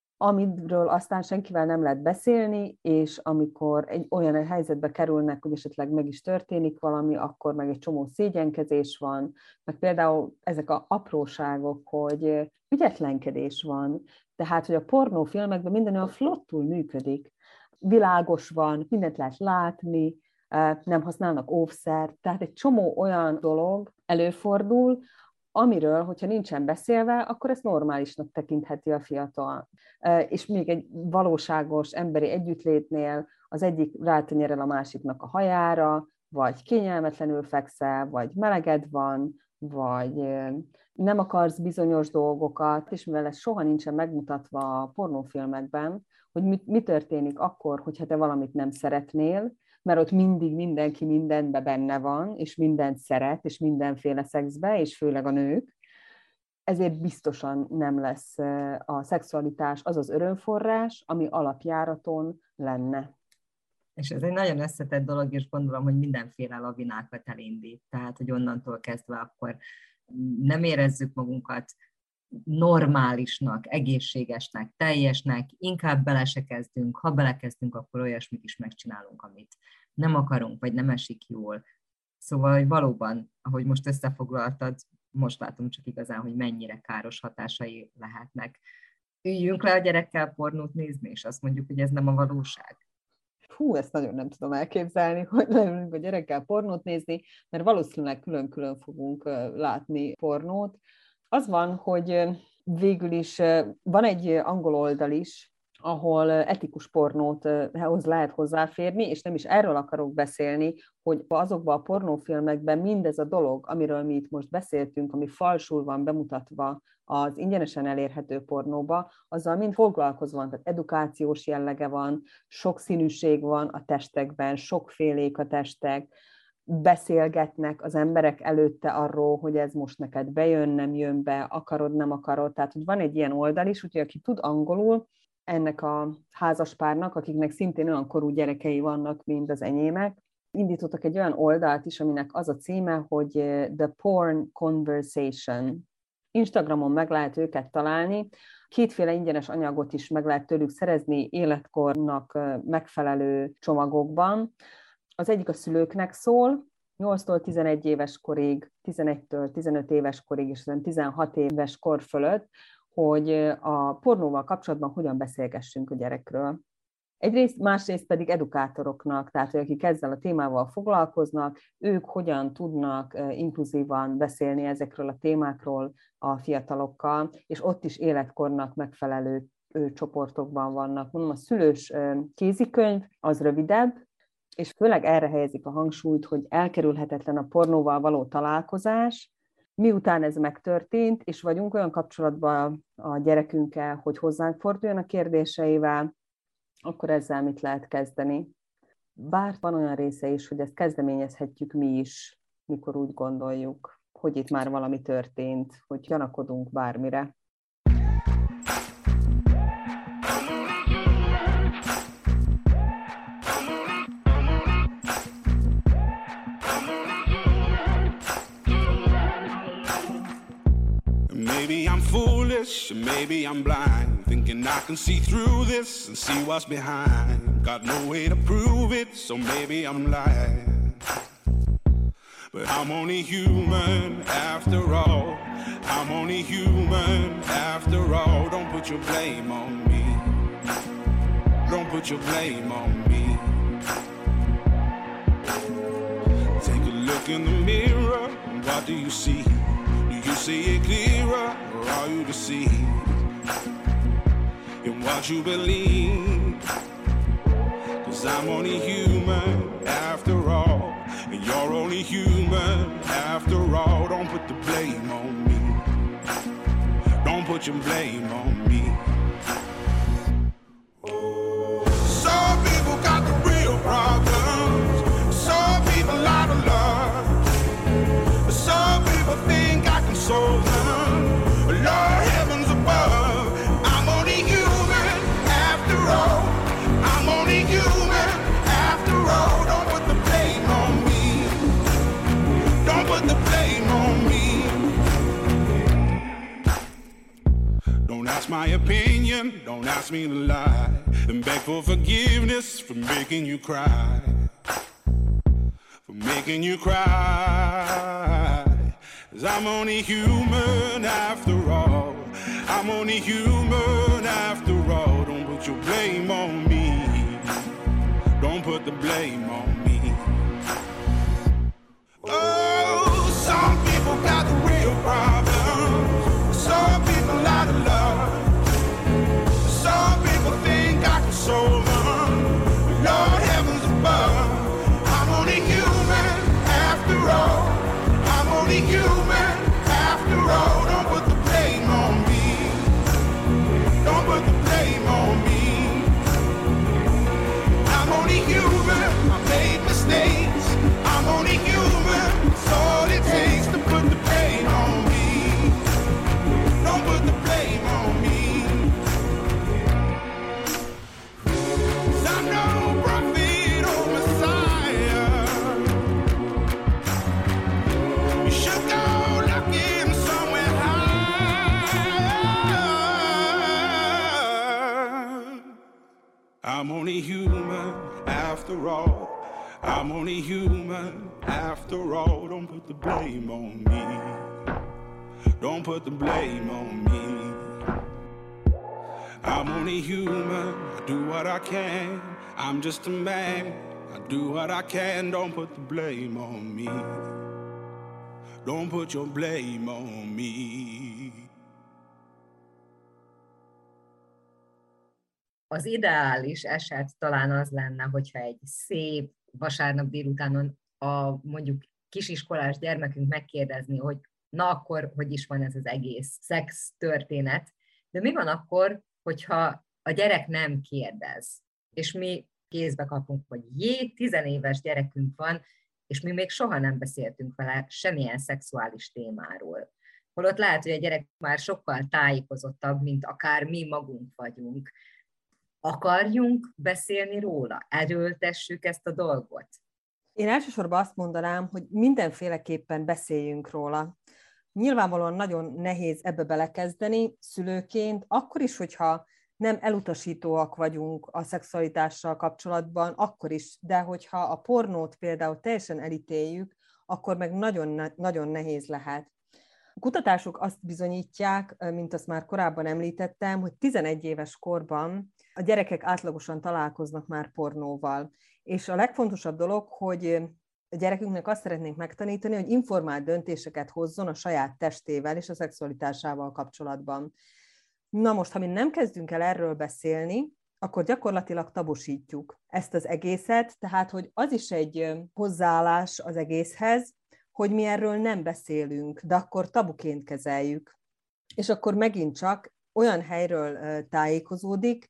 Speaker 6: amiről aztán senkivel nem lehet beszélni, és amikor egy olyan helyzetbe kerülnek, hogy esetleg meg is történik valami, akkor meg egy csomó szégyenkezés van, meg például ezek az apróságok, hogy ügyetlenkedés van, tehát, hogy a pornófilmekben minden olyan flottul működik, világos van, mindent lehet látni, nem használnak óvszert, tehát egy csomó olyan dolog előfordul, amiről, hogyha nincsen beszélve, akkor ezt normálisnak tekintheti a fiatal. És még egy valóságos emberi együttlétnél az egyik rátenyerel a másiknak a hajára, vagy kényelmetlenül fekszel, vagy meleged van, vagy nem akarsz bizonyos dolgokat, és mivel ez soha nincsen megmutatva a pornófilmekben, hogy mi, mi történik akkor, hogyha te valamit nem szeretnél, mert ott mindig mindenki mindenbe benne van, és mindent szeret, és mindenféle szexbe, és főleg a nők. Ezért biztosan nem lesz a szexualitás az az örömforrás, ami alapjáraton lenne.
Speaker 5: És ez egy nagyon összetett dolog, és gondolom, hogy mindenféle lavinákat elindít. Tehát, hogy onnantól kezdve akkor nem érezzük magunkat normálisnak, egészségesnek, teljesnek, inkább bele se kezdünk, ha belekezdünk, akkor olyasmit is megcsinálunk, amit nem akarunk, vagy nem esik jól. Szóval, hogy valóban, ahogy most összefoglaltad, most látom csak igazán, hogy mennyire káros hatásai lehetnek. Üljünk le a gyerekkel pornót nézni, és azt mondjuk, hogy ez nem a valóság.
Speaker 6: Hú, ezt nagyon nem tudom elképzelni, hogy leülünk a gyerekkel pornót nézni, mert valószínűleg külön-külön fogunk látni pornót. Az van, hogy végül is van egy angol oldal is, ahol etikus pornóthoz lehet hozzáférni, és nem is erről akarok beszélni, hogy azokban a pornófilmekben mindez a dolog, amiről mi itt most beszéltünk, ami falsul van bemutatva az ingyenesen elérhető pornóba, azzal mind foglalkozva, tehát edukációs jellege van, sokszínűség van a testekben, sokfélék a testek, beszélgetnek az emberek előtte arról, hogy ez most neked bejön, nem jön be, akarod, nem akarod. Tehát, hogy van egy ilyen oldal is, úgyhogy aki tud angolul, ennek a házaspárnak, akiknek szintén olyan korú gyerekei vannak, mint az enyémek, indítottak egy olyan oldalt is, aminek az a címe, hogy The Porn Conversation. Instagramon meg lehet őket találni. Kétféle ingyenes anyagot is meg lehet tőlük szerezni életkornak megfelelő csomagokban. Az egyik a szülőknek szól, nyolctól tizenegy éves korig, tizenegytől tizenöt éves korig, és tizenhat éves kor fölött, hogy a pornóval kapcsolatban hogyan beszélgessünk a gyerekről. Egyrészt, másrészt pedig edukátoroknak, tehát hogy akik ezzel a témával foglalkoznak, ők hogyan tudnak inkluzívan beszélni ezekről a témákról a fiatalokkal, és ott is életkornak megfelelő csoportokban vannak. Mondom, a szülős kézikönyv az rövidebb, és főleg erre helyezik a hangsúlyt, hogy elkerülhetetlen a pornóval való találkozás, miután ez megtörtént, és vagyunk olyan kapcsolatban a gyerekünkkel, hogy hozzánk forduljon a kérdéseivel, akkor ezzel mit lehet kezdeni. Bár van olyan része is, hogy ezt kezdeményezhetjük mi is, mikor úgy gondoljuk, hogy itt már valami történt, hogy gyanakodunk bármire.
Speaker 7: Maybe I'm foolish, maybe I'm blind, thinking I can see through this and see what's behind. Got no way to prove it, so maybe I'm lying. But I'm only human after all. I'm only human after all. Don't put your blame on me. Don't put your blame on me. Take a look in the mirror, and what do you see? Do you see it clearer, or are you deceived in what you believe? 'Cause I'm only human after all, and you're only human after all. Don't put the blame on me. Don't put your blame on me. Some people got the real problems. Some people out of love. Some people think I can solve them. Lord heavens above, I'm only human after all. I'm only human after all. Don't put the blame on me. Don't put the blame on me. Don't ask my opinion, don't ask me to lie, and beg for forgiveness for making you cry, for making you cry. 'Cause I'm only human after all. I'm only human after all. Don't put your blame on me. Don't put the blame on me. Oh, some people got the real problems. Some people out of love. Some people think I can solve them. Lord heavens above, I'm only human after all. I'm only human after all. Don't put the blame on me. Don't put the blame on me. I'm only human. I made mistakes. I'm only human. It's all it takes to put the blame on me. Don't put the blame on me. 'Cause I'm no prophet or Messiah. You should go looking somewhere high. I'm only human after all. I'm only human after all. Don't put the blame on me. Don't put the blame on me. I'm only human. I do what I can. I'm just a man. I do what I can. Don't put the blame on me. Don't put your blame on me.
Speaker 5: Az ideális eset talán az lenne, hogyha egy szép vasárnap délutánon a mondjuk kisiskolás gyermekünk megkérdezni, hogy na akkor, hogy is van ez az egész szex történet. De mi van akkor, hogyha a gyerek nem kérdez, és mi kézbe kapunk, hogy jé, tizenéves gyerekünk van, és mi még soha nem beszéltünk vele semmilyen szexuális témáról. Holott lehet, hogy a gyerek már sokkal tájékozottabb, mint akár mi magunk vagyunk. Akarjunk beszélni róla? Erőltessük ezt a dolgot?
Speaker 6: Én elsősorban azt mondanám, hogy mindenféleképpen beszéljünk róla. Nyilvánvalóan nagyon nehéz ebbe belekezdeni szülőként, akkor is, hogyha nem elutasítóak vagyunk a szexualitással kapcsolatban, akkor is, de hogyha a pornót például teljesen elítéljük, akkor meg nagyon, nagyon nehéz lehet. A kutatások azt bizonyítják, mint azt már korábban említettem, hogy tizenegy éves korban a gyerekek átlagosan találkoznak már pornóval. És a legfontosabb dolog, hogy a gyerekünknek azt szeretnénk megtanítani, hogy informált döntéseket hozzon a saját testével és a szexualitásával kapcsolatban. Na most, ha mi nem kezdünk el erről beszélni, akkor gyakorlatilag tabusítjuk ezt az egészet, tehát hogy az is egy hozzáállás az egészhez, hogy mi erről nem beszélünk, de akkor tabuként kezeljük. És akkor megint csak olyan helyről tájékozódik,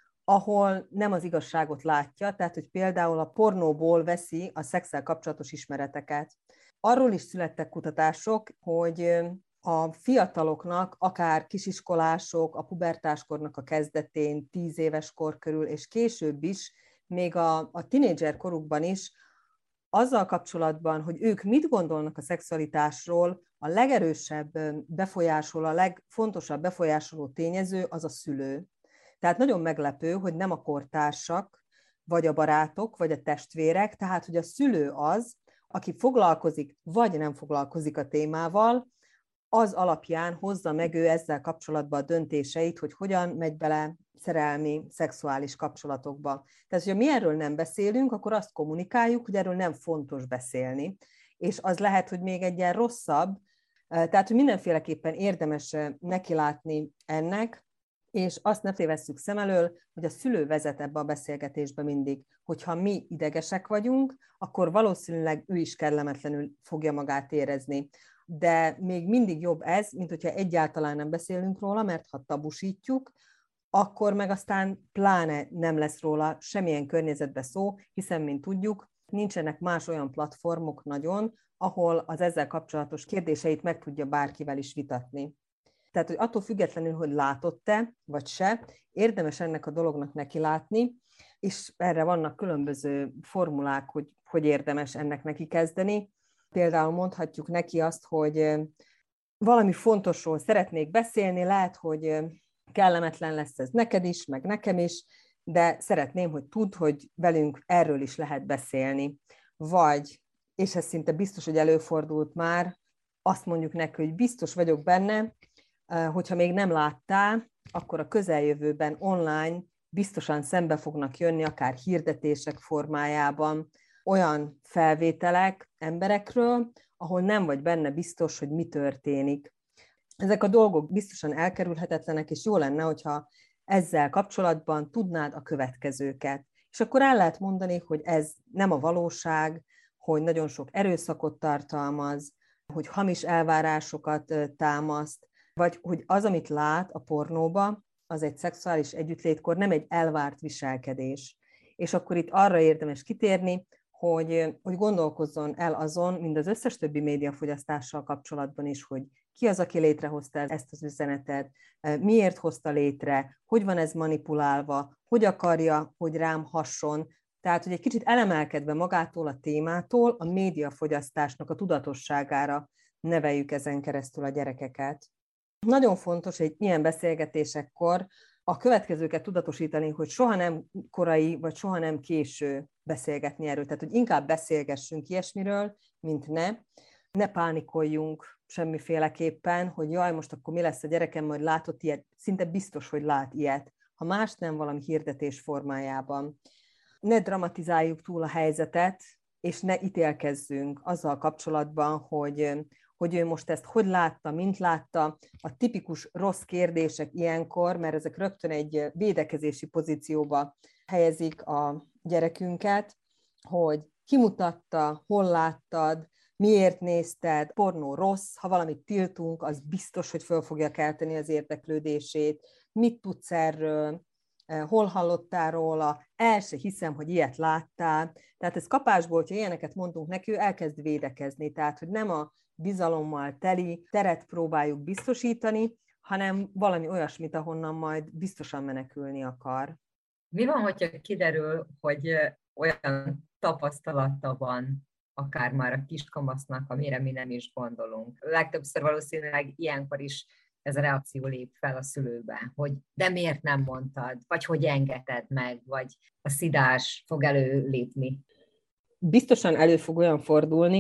Speaker 6: ahol nem az igazságot látja, tehát hogy például a pornóból veszi a szexszel kapcsolatos ismereteket. Arról is születtek kutatások, hogy a fiataloknak, akár kisiskolások, a pubertáskornak a kezdetén, tíz éves kor körül, és később is, még a, a tinédzser korukban is, azzal kapcsolatban, hogy ők mit gondolnak a szexualitásról, a legerősebb befolyásoló, a legfontosabb befolyásoló tényező az a szülő. Tehát nagyon meglepő, hogy nem a kortársak, vagy a barátok, vagy a testvérek, tehát hogy a szülő az, aki foglalkozik, vagy nem foglalkozik a témával, az alapján hozza meg ő ezzel kapcsolatban a döntéseit, hogy hogyan megy bele szerelmi, szexuális kapcsolatokba. Tehát, hogyha mi erről nem beszélünk, akkor azt kommunikáljuk, hogy erről nem fontos beszélni. És az lehet, hogy még egy ilyen rosszabb, tehát, hogy mindenféleképpen érdemes nekilátni ennek, és azt ne tévesszük szem elől, hogy a szülő vezet ebbe a beszélgetésbe mindig. Hogyha mi idegesek vagyunk, akkor valószínűleg ő is kellemetlenül fogja magát érezni. De még mindig jobb ez, mint hogyha egyáltalán nem beszélünk róla, mert ha tabusítjuk, akkor meg aztán pláne nem lesz róla semmilyen környezetben szó, hiszen, mint tudjuk, nincsenek más olyan platformok nagyon, ahol az ezzel kapcsolatos kérdéseit meg tudja bárkivel is vitatni. Tehát, hogy attól függetlenül, hogy látott-e, vagy se, érdemes ennek a dolognak neki látni, és erre vannak különböző formulák, hogy hogy érdemes ennek neki kezdeni. Például mondhatjuk neki azt, hogy valami fontosról szeretnék beszélni, lehet, hogy kellemetlen lesz ez neked is, meg nekem is, de szeretném, hogy tudd, hogy velünk erről is lehet beszélni. Vagy, és ez szinte biztos, hogy előfordult már, azt mondjuk neki, hogy biztos vagyok benne, hogyha még nem láttál, akkor a közeljövőben online biztosan szembe fognak jönni, akár hirdetések formájában, olyan felvételek emberekről, ahol nem vagy benne biztos, hogy mi történik. Ezek a dolgok biztosan elkerülhetetlenek, és jó lenne, hogyha ezzel kapcsolatban tudnád a következőket. És akkor el lehet mondani, hogy ez nem a valóság, hogy nagyon sok erőszakot tartalmaz, hogy hamis elvárásokat támaszt, vagy hogy az, amit lát a pornóba, az egy szexuális együttlétkor nem egy elvárt viselkedés. És akkor itt arra érdemes kitérni, hogy, hogy gondolkozzon el azon, mind az összes többi médiafogyasztással kapcsolatban is, hogy ki az, aki létrehozta ezt az üzenetet, miért hozta létre, hogy van ez manipulálva, hogy akarja, hogy rám hasson. Tehát, hogy egy kicsit elemelkedve magától a témától, a médiafogyasztásnak a tudatosságára neveljük ezen keresztül a gyerekeket. Nagyon fontos egy ilyen beszélgetésekkor a következőket tudatosítani, hogy soha nem korai, vagy soha nem késő beszélgetni erről. Tehát, hogy inkább beszélgessünk ilyesmiről, mint ne. Ne pánikoljunk semmiféleképpen, hogy jaj, most akkor mi lesz a gyerekem, majd látott ilyet. Szinte biztos, hogy lát ilyet. Ha más nem, valami hirdetés formájában. Ne dramatizáljuk túl a helyzetet, és ne ítélkezzünk azzal kapcsolatban, hogy, hogy ő most ezt hogy látta, mint látta. A tipikus rossz kérdések ilyenkor, mert ezek rögtön egy védekezési pozícióba helyezik a gyerekünket, hogy kimutatta, hol láttad, miért nézted, pornó rossz, ha valamit tiltunk, az biztos, hogy föl fogja kelteni az érdeklődését, mit tudsz erről, hol hallottál róla, el se hiszem, hogy ilyet láttál. Tehát ez kapásból, hogyha ilyeneket mondunk neki, ő elkezd védekezni. Tehát, hogy nem a bizalommal teli teret próbáljuk biztosítani, hanem valami olyasmit, ahonnan majd biztosan menekülni akar.
Speaker 5: Mi van, hogyha kiderül, hogy olyan tapasztalata van, akár már a kiskamasznak, amire mi nem is gondolunk? Legtöbbször valószínűleg ilyenkor is ez a reakció lép fel a szülőbe, hogy de miért nem mondtad, vagy hogy engedted meg, vagy a szidás fog előlépni.
Speaker 6: Biztosan elő fog olyan fordulni,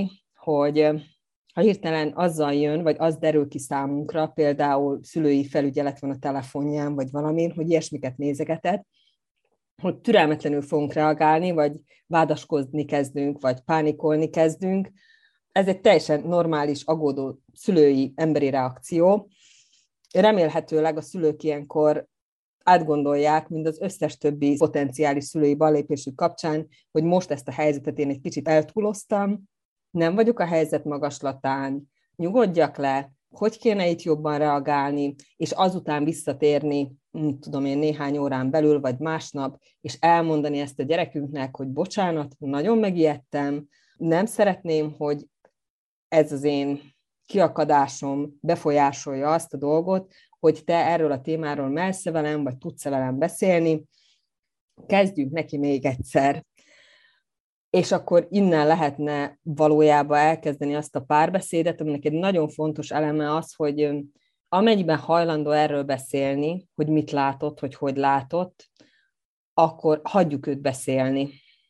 Speaker 6: hogy ha hirtelen azzal jön, vagy az derül ki számunkra, például szülői felügyelet van a telefonján, vagy valamin, hogy ilyesmiket nézegetett, hogy türelmetlenül fogunk reagálni, vagy vádaskodni kezdünk, vagy pánikolni kezdünk. Ez egy teljesen normális, aggódó szülői emberi reakció. Remélhetőleg a szülők ilyenkor átgondolják, mint az összes többi potenciális szülői ballépésük kapcsán, hogy most ezt a helyzetet én egy kicsit eltúloztam, nem vagyok a helyzet magaslatán, nyugodjak le, hogy kéne itt jobban reagálni, és azután visszatérni, mit tudom én, néhány órán belül, vagy másnap, és elmondani ezt a gyerekünknek, hogy bocsánat, nagyon megijedtem, nem szeretném, hogy ez az én kiakadásom befolyásolja azt a dolgot, hogy te erről a témáról mersz velem, vagy tudsz velem beszélni, kezdjünk neki még egyszer. És akkor innen lehetne valójában elkezdeni azt a párbeszédet, aminek egy nagyon fontos eleme az, hogy amennyiben hajlandó erről beszélni, hogy mit látott, hogy hogy látott, akkor hagyjuk őt beszélni.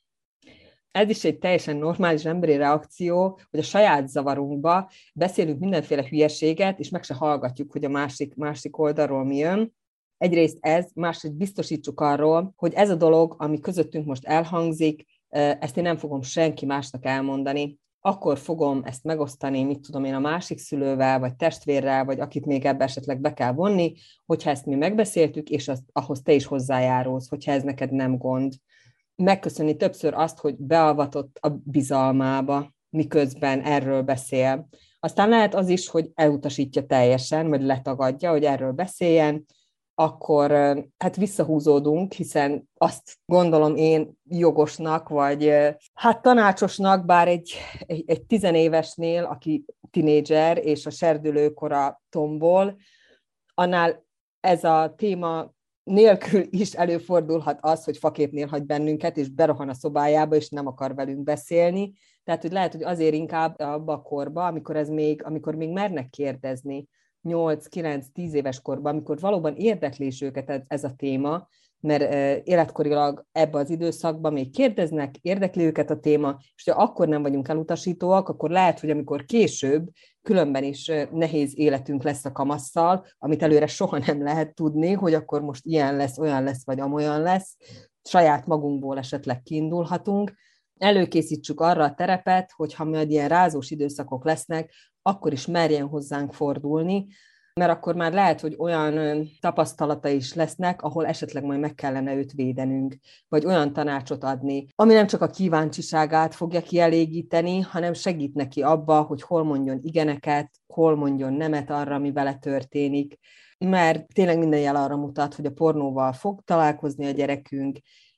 Speaker 6: Ez is egy teljesen normális emberi reakció, hogy a saját zavarunkba beszélünk mindenféle hülyeséget, és meg se hallgatjuk, hogy a másik, másik oldalról mi jön. Egyrészt ez, másrészt biztosítsuk arról, hogy ez a dolog, ami közöttünk most elhangzik, ezt én nem fogom senki másnak elmondani. Akkor fogom ezt megosztani, mit tudom én, a másik szülővel, vagy testvérrel, vagy akit még ebbe esetleg be kell vonni, hogyha ezt mi megbeszéltük, és azt, ahhoz te is hozzájárulsz, hogyha ez neked nem gond. Megköszönni többször azt, hogy beavatott a bizalmába, miközben erről beszél. Aztán lehet az is, hogy elutasítja teljesen, vagy letagadja, hogy erről beszéljen, akkor hát visszahúzódunk, hiszen azt gondolom én jogosnak, vagy hát tanácsosnak, bár egy, egy, egy tizenévesnél, aki tinédzser és a serdülőkora tombol, annál ez a téma nélkül is előfordulhat az, hogy faképnél hagy bennünket, és berohan a szobájába, és nem akar velünk beszélni. Tehát, hogy lehet, hogy azért inkább abba a korba, amikor, ez még, amikor még mernek kérdezni, nyolc, kilenc, tíz éves korban, amikor valóban érdekli is őket ez, ez a téma, mert életkorilag ebben az időszakban még kérdeznek, érdekli őket a téma, és ha akkor nem vagyunk elutasítóak, akkor lehet, hogy amikor később különben is nehéz életünk lesz a kamasszal, amit előre soha nem lehet tudni, hogy akkor most ilyen lesz, olyan lesz, vagy amolyan lesz, saját magunkból esetleg kiindulhatunk. Előkészítsük arra a terepet, hogy ha majd ilyen rázós időszakok lesznek, akkor is merjen hozzánk fordulni, mert akkor már lehet, hogy olyan tapasztalata is lesznek, ahol esetleg majd meg kellene őt védenünk, vagy olyan tanácsot adni, ami nem csak a kíváncsiságát fogja kielégíteni, hanem segít neki abba, hogy hol mondjon igeneket, hol mondjon nemet arra, ami vele történik, mert tényleg minden jel arra mutat, hogy a pornóval fog találkozni a gyerekünk,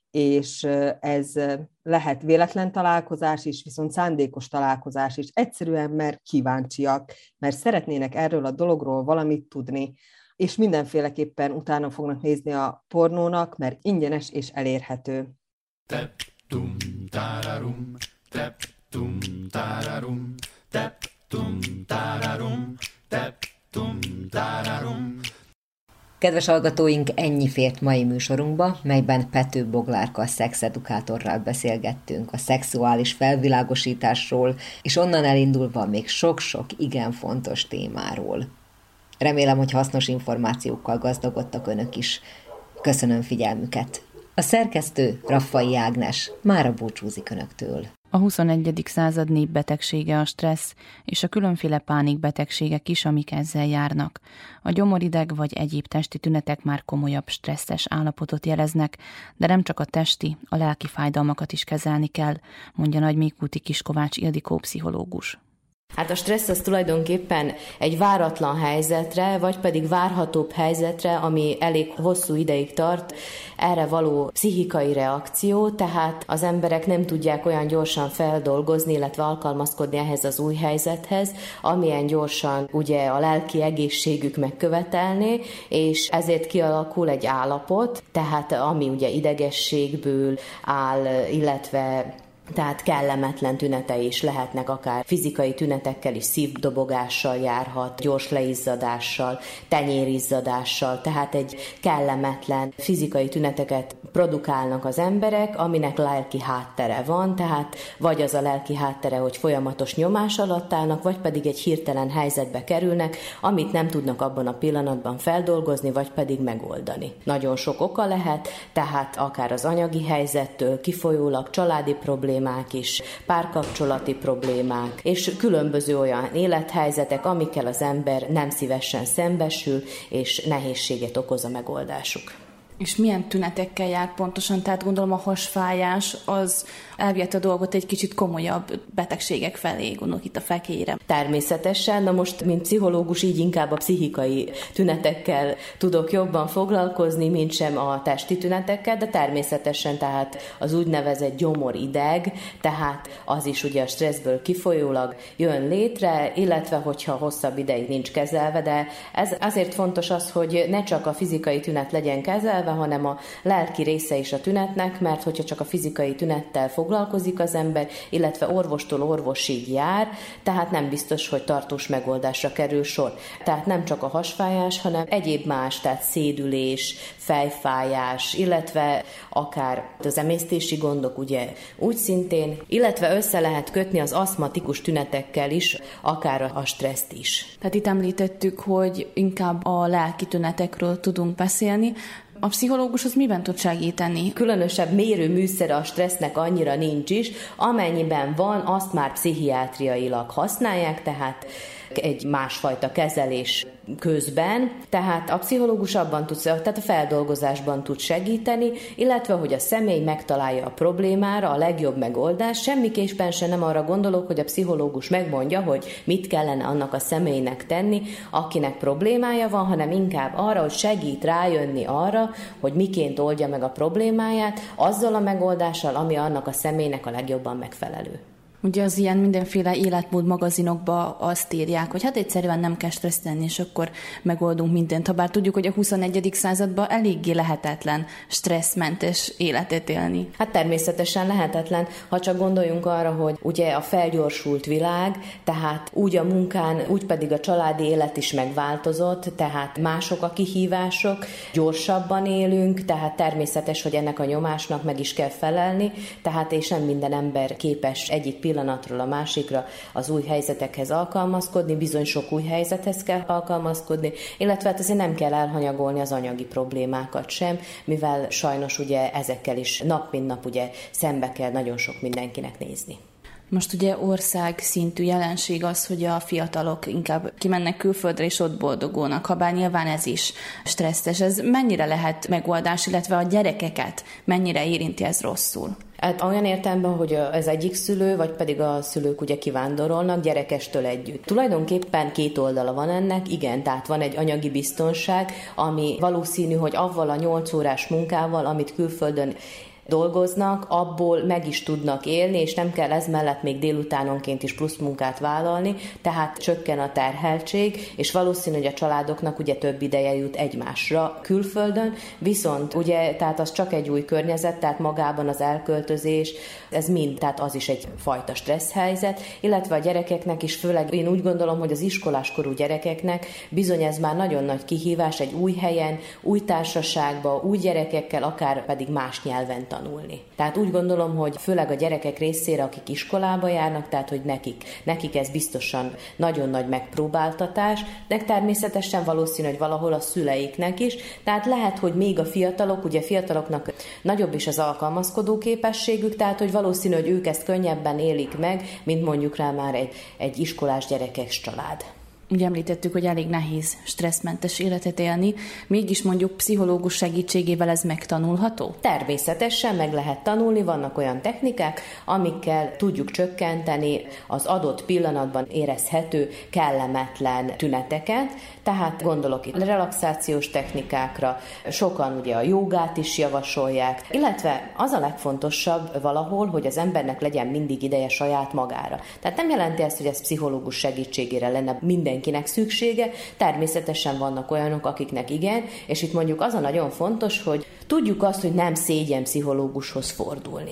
Speaker 6: és ez lehet véletlen találkozás is, viszont szándékos találkozás is. Egyszerűen, mert kíváncsiak, mert szeretnének erről a dologról valamit tudni, és mindenféleképpen utána fognak nézni a pornónak, mert ingyenes és elérhető.
Speaker 8: Tep-tum, tararum, tep-tum, tararum, tep-tum, tararum, tep-tum, tararum.
Speaker 5: Kedves hallgatóink, ennyi fért mai műsorunkba, melyben Pető Boglárka szexedukátorral beszélgettünk a szexuális felvilágosításról, és onnan elindulva még sok-sok igen fontos témáról. Remélem, hogy hasznos információkkal gazdagodtak önök is. Köszönöm figyelmüket! A szerkesztő Raffai Ágnes mára búcsúzik önöktől.
Speaker 2: A huszonegyedik század népbetegsége a stressz, és a különféle pánikbetegségek is, amik ezzel járnak. A gyomorideg vagy egyéb testi tünetek már komolyabb stresszes állapotot jeleznek, de nem csak a testi, a lelki fájdalmakat is kezelni kell, mondja Nagymékúti Kiskovács Ildikó pszichológus.
Speaker 9: Hát a stressz az tulajdonképpen egy váratlan helyzetre, vagy pedig várhatóbb helyzetre, ami elég hosszú ideig tart, erre való pszichikai reakció, tehát az emberek nem tudják olyan gyorsan feldolgozni, illetve alkalmazkodni ehhez az új helyzethez, amilyen gyorsan ugye a lelki egészségük megkövetelné, és ezért kialakul egy állapot, tehát ami ugye idegességből áll, illetve tehát kellemetlen tünetei is lehetnek, akár fizikai tünetekkel is, szívdobogással járhat, gyors leizzadással, tenyérizzadással, tehát egy kellemetlen fizikai tüneteket produkálnak az emberek, aminek lelki háttere van, tehát vagy az a lelki háttere, hogy folyamatos nyomás alatt állnak, vagy pedig egy hirtelen helyzetbe kerülnek, amit nem tudnak abban a pillanatban feldolgozni, vagy pedig megoldani. Nagyon sok oka lehet, tehát akár az anyagi helyzettől kifolyólag családi problémák, is, párkapcsolati problémák, és különböző olyan élethelyzetek, amikkel az ember nem szívesen szembesül, és nehézséget okoz a megoldásuk.
Speaker 2: És milyen tünetekkel jár pontosan? Tehát gondolom a hasfájás az elvihet a dolgot egy kicsit komolyabb betegségek felé, gondolok itt a fekélyre.
Speaker 9: Természetesen, na most, mint pszichológus, így inkább a pszichikai tünetekkel tudok jobban foglalkozni, mint sem a testi tünetekkel, de természetesen tehát az úgynevezett gyomorideg, tehát az is ugye a stresszből kifolyólag jön létre, illetve hogyha hosszabb ideig nincs kezelve, de ez azért fontos az, hogy ne csak a fizikai tünet legyen kezelve, hanem a lelki része is a tünetnek, mert hogyha csak a fizikai tünettel foglalkozik az ember, illetve orvostól orvosig jár, tehát nem biztos, hogy tartós megoldásra kerül sor. Tehát nem csak a hasfájás, hanem egyéb más, tehát szédülés, fejfájás, illetve akár az emésztési gondok, ugye úgy szintén, illetve össze lehet kötni az aszmatikus tünetekkel is, akár a stresszt is.
Speaker 2: Tehát itt említettük, hogy inkább a lelki tünetekről tudunk beszélni. A pszichológus az miben tud segíteni?
Speaker 9: Különösebb mérőműszere a stressznek annyira nincs is, amennyiben van, azt már pszichiátriailag használják, tehát egy másfajta kezelés közben, tehát a pszichológus abban tud, tehát a feldolgozásban tud segíteni, illetve hogy a személy megtalálja a problémára a legjobb megoldást. Semmiképpen se nem arra gondolok, hogy a pszichológus megmondja, hogy mit kellene annak a személynek tenni, akinek problémája van, hanem inkább arra, hogy segít rájönni arra, hogy miként oldja meg a problémáját, azzal a megoldással, ami annak a személynek a legjobban megfelelő.
Speaker 2: Ugye az ilyen mindenféle életmód magazinokba azt írják, hogy hát egyszerűen nem kell stresszt tenni, és akkor megoldunk mindent. Habár tudjuk, hogy a huszonegyedik században eléggé lehetetlen stresszmentes életet élni.
Speaker 9: Hát természetesen lehetetlen, ha csak gondoljunk arra, hogy ugye a felgyorsult világ, tehát úgy a munkán, úgy pedig a családi élet is megváltozott, tehát mások a kihívások, gyorsabban élünk, tehát természetes, hogy ennek a nyomásnak meg is kell felelni, tehát és nem minden ember képes egyik pillanatban pillanatról a másikra az új helyzetekhez alkalmazkodni, bizony sok új helyzethez kell alkalmazkodni, illetve hát azért nem kell elhanyagolni az anyagi problémákat sem, mivel sajnos ugye ezekkel is nap mint nap ugye szembe kell nagyon sok mindenkinek nézni.
Speaker 2: Most ugye ország szintű jelenség az, hogy a fiatalok inkább kimennek külföldre és ott boldogulnak, habár nyilván ez is stresszes. Ez mennyire lehet megoldás, illetve a gyerekeket mennyire érinti ez rosszul?
Speaker 9: Hát olyan értelemben, hogy az egyik szülő, vagy pedig a szülők ugye kivándorolnak gyerekestől együtt. Tulajdonképpen két oldala van ennek, igen, tehát van egy anyagi biztonság, ami valószínű, hogy avval a nyolc órás munkával, amit külföldön dolgoznak, abból meg is tudnak élni, és nem kell ez mellett még délutánonként is plusz munkát vállalni, tehát csökken a terheltség, és valószínű, hogy a családoknak ugye több ideje jut egymásra külföldön, viszont ugye, tehát az csak egy új környezet, tehát magában az elköltözés, ez mind, tehát az is egy fajta stressz helyzet, illetve a gyerekeknek is, főleg én úgy gondolom, hogy az iskoláskorú gyerekeknek bizony ez már nagyon nagy kihívás egy új helyen, új társaságba, új gyerekekkel, akár pedig más nyelven tanulni. Tehát úgy gondolom, hogy főleg a gyerekek részére, akik iskolába járnak, tehát hogy nekik, nekik ez biztosan nagyon nagy megpróbáltatás, de természetesen valószínű, hogy valahol a szüleiknek is, tehát lehet, hogy még a fiatalok, ugye fiataloknak nagyobb is az alkalmazkodó képességük, tehát hogy valószínű, hogy ők ezt könnyebben élik meg, mint mondjuk rá már egy, egy iskolás gyerekes család.
Speaker 2: Ugye említettük, hogy elég nehéz stresszmentes életet élni, mégis mondjuk pszichológus segítségével ez megtanulható?
Speaker 9: Természetesen meg lehet tanulni, vannak olyan technikák, amikkel tudjuk csökkenteni az adott pillanatban érezhető kellemetlen tüneteket, tehát gondolok itt relaxációs technikákra, sokan ugye a jogát is javasolják, illetve az a legfontosabb valahol, hogy az embernek legyen mindig ideje saját magára. Tehát nem jelenti ezt, hogy ez pszichológus segítségére lenne mindenkinek szüksége, természetesen vannak olyanok, akiknek igen, és itt mondjuk az a nagyon fontos, hogy tudjuk azt, hogy nem szégyen pszichológushoz fordulni.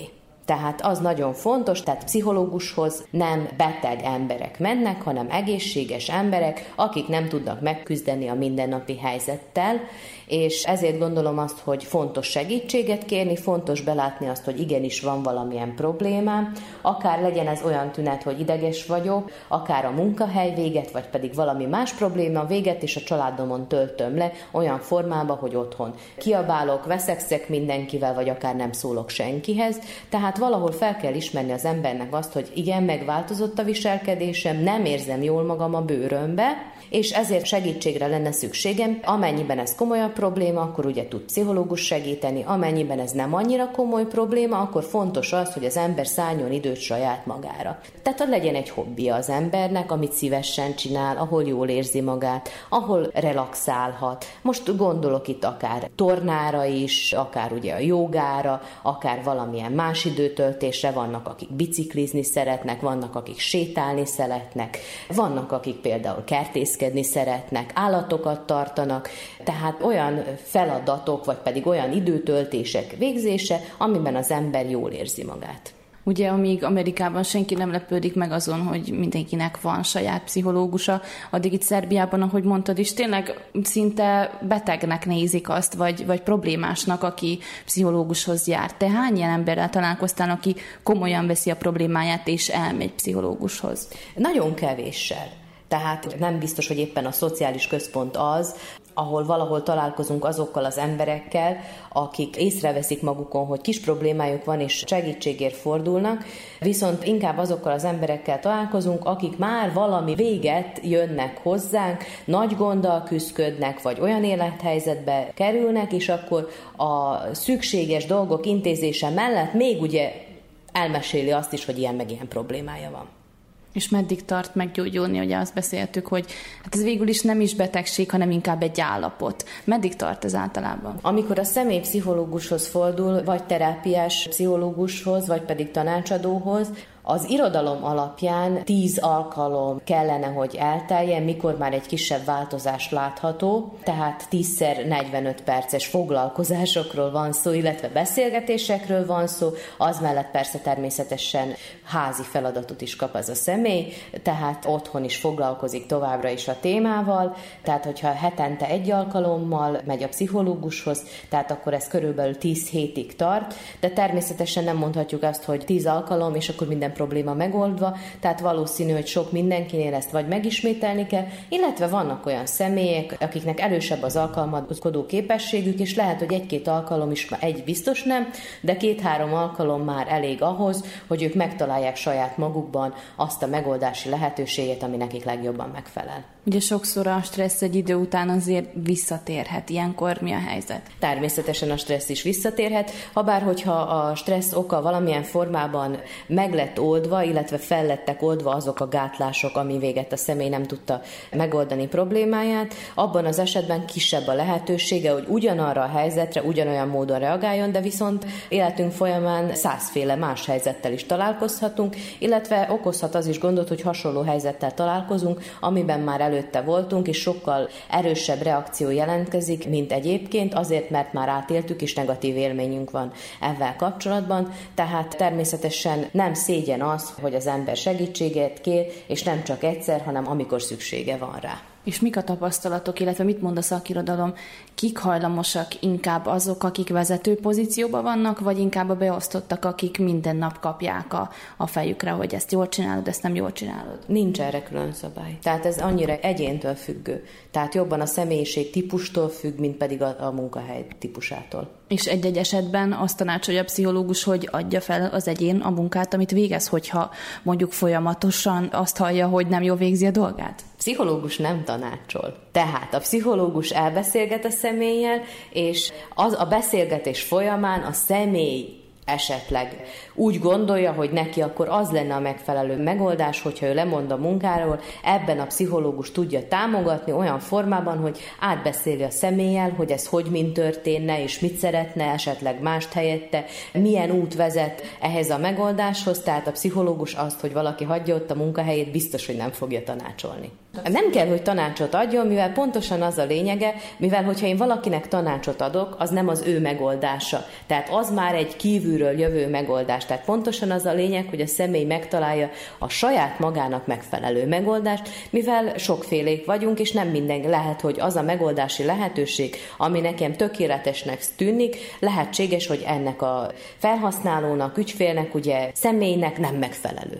Speaker 9: Tehát az nagyon fontos, tehát pszichológushoz nem beteg emberek mennek, hanem egészséges emberek, akik nem tudnak megküzdeni a mindennapi helyzettel, és ezért gondolom azt, hogy fontos segítséget kérni, fontos belátni azt, hogy igenis van valamilyen problémám, akár legyen ez olyan tünet, hogy ideges vagyok, akár a munkahely véget, vagy pedig valami más probléma véget, és a családomon töltöm le olyan formában, hogy otthon kiabálok, veszekszek mindenkivel, vagy akár nem szólok senkihez. Tehát valahol fel kell ismerni az embernek azt, hogy igen, megváltozott a viselkedésem, nem érzem jól magam a bőrömbe, és ezért segítségre lenne szükségem. Amennyiben ez komolyabb probléma, akkor ugye tud pszichológus segíteni, amennyiben ez nem annyira komoly probléma, akkor fontos az, hogy az ember szálljon időt saját magára. Tehát, hogy legyen egy hobbija az embernek, amit szívesen csinál, ahol jól érzi magát, ahol relaxálhat. Most gondolok itt akár tornára is, akár ugye a jogára, akár valamilyen más időtöltésre, vannak, akik biciklizni szeretnek, vannak, akik sétálni szeretnek, vannak, akik például kertészkedni szeretnek, állatokat tartanak, tehát olyan feladatok, vagy pedig olyan időtöltések végzése, amiben az ember jól érzi magát.
Speaker 2: Ugye, amíg Amerikában senki nem lepődik meg azon, hogy mindenkinek van saját pszichológusa, addig itt Szerbiában, ahogy mondtad is, tényleg szinte betegnek nézik azt, vagy, vagy problémásnak, aki pszichológushoz jár. Te hány ilyen emberrel találkoztál, aki komolyan veszi a problémáját, és elmegy pszichológushoz?
Speaker 9: Nagyon kevéssel. Tehát nem biztos, hogy éppen a szociális központ az, ahol valahol találkozunk azokkal az emberekkel, akik észreveszik magukon, hogy kis problémájuk van, és segítségért fordulnak, viszont inkább azokkal az emberekkel találkozunk, akik már valami véget jönnek hozzánk, nagy gonddal küzdködnek, vagy olyan élethelyzetbe kerülnek, és akkor a szükséges dolgok intézése mellett még ugye elmeséli azt is, hogy ilyen meg ilyen problémája van.
Speaker 2: És meddig tart meggyógyulni, ugye azt beszéltük, hogy hát ez végül is nem is betegség, hanem inkább egy állapot. Meddig tart ez általában?
Speaker 9: Amikor a személy pszichológushoz fordul, vagy terápiás pszichológushoz, vagy pedig tanácsadóhoz, az irodalom alapján tíz alkalom kellene, hogy elteljen, mikor már egy kisebb változás látható, tehát tízszer negyvenöt perces foglalkozásokról van szó, illetve beszélgetésekről van szó, az mellett persze természetesen házi feladatot is kap az a személy, tehát otthon is foglalkozik továbbra is a témával, tehát hogyha hetente egy alkalommal megy a pszichológushoz, tehát akkor ez körülbelül tíz hétig tart, de természetesen nem mondhatjuk azt, hogy tíz alkalom, és akkor minden probléma megoldva, tehát valószínű, hogy sok mindenkinél ezt vagy megismételni kell, illetve vannak olyan személyek, akiknek erősebb az alkalmazkodó képességük, és lehet, hogy egy-két alkalom is, egy biztos nem, de két-három alkalom már elég ahhoz, hogy ők megtalálják saját magukban azt a megoldási lehetőséget, ami nekik legjobban megfelel.
Speaker 2: Ugye sokszor a stressz egy idő után azért visszatérhet. Ilyenkor mi a helyzet?
Speaker 9: Természetesen a stressz is visszatérhet, habár hogyha a stressz oka valamilyen formában meg lett oldva, illetve fel lettek oldva azok a gátlások, ami véget a személy nem tudta megoldani problémáját, abban az esetben kisebb a lehetősége, hogy ugyanarra a helyzetre ugyanolyan módon reagáljon, de viszont életünk folyamán százféle más helyzettel is találkozhatunk, illetve okozhat az is gondot, hogy hasonló helyzettel találkozunk, amiben már előtte voltunk, és sokkal erősebb reakció jelentkezik, mint egyébként, azért, mert már átéltük, és negatív élményünk van ezzel kapcsolatban, tehát természetesen nem szégyen az, hogy az ember segítséget kér, és nem csak egyszer, hanem amikor szüksége van rá.
Speaker 2: És mik a tapasztalatok, illetve mit mond a szakirodalom? Kik hajlamosak, inkább azok, akik vezető pozícióban vannak, vagy inkább a beosztottak, akik minden nap kapják a, a fejükre, hogy ezt jól csinálod, ezt nem jól csinálod?
Speaker 9: Nincs erre külön szabály. Tehát ez annyira egyéntől függő. Tehát jobban a személyiség típustól függ, mint pedig a, a munkahely típusától.
Speaker 2: És egy-egy esetben azt tanácsolja a pszichológus, hogy adja fel az egyén a munkát, amit végez, hogyha mondjuk folyamatosan azt hallja, hogy nem jól végzi a dolgát?
Speaker 9: Pszichológus nem tanácsol. Tehát a pszichológus elbeszélget a személlyel, és az a beszélgetés folyamán a személy esetleg úgy gondolja, hogy neki akkor az lenne a megfelelő megoldás, hogyha ő lemond a munkáról, ebben a pszichológus tudja támogatni olyan formában, hogy átbeszéli a személlyel, hogy ez hogy mind történne, és mit szeretne, esetleg mást helyette, milyen út vezet ehhez a megoldáshoz, tehát a pszichológus azt, hogy valaki hagyja ott a munkahelyét, biztos, hogy nem fogja tanácsolni. Nem kell, hogy tanácsot adjon, mivel pontosan az a lényege, mivel hogyha én valakinek tanácsot adok, az nem az ő megoldása. Tehát az már egy kívülről jövő megoldás. Tehát pontosan az a lényeg, hogy a személy megtalálja a saját magának megfelelő megoldást, mivel sokfélék vagyunk, és nem minden lehet, hogy az a megoldási lehetőség, ami nekem tökéletesnek tűnik, lehetséges, hogy ennek a felhasználónak, ügyfélnek, ugye személynek nem megfelelő.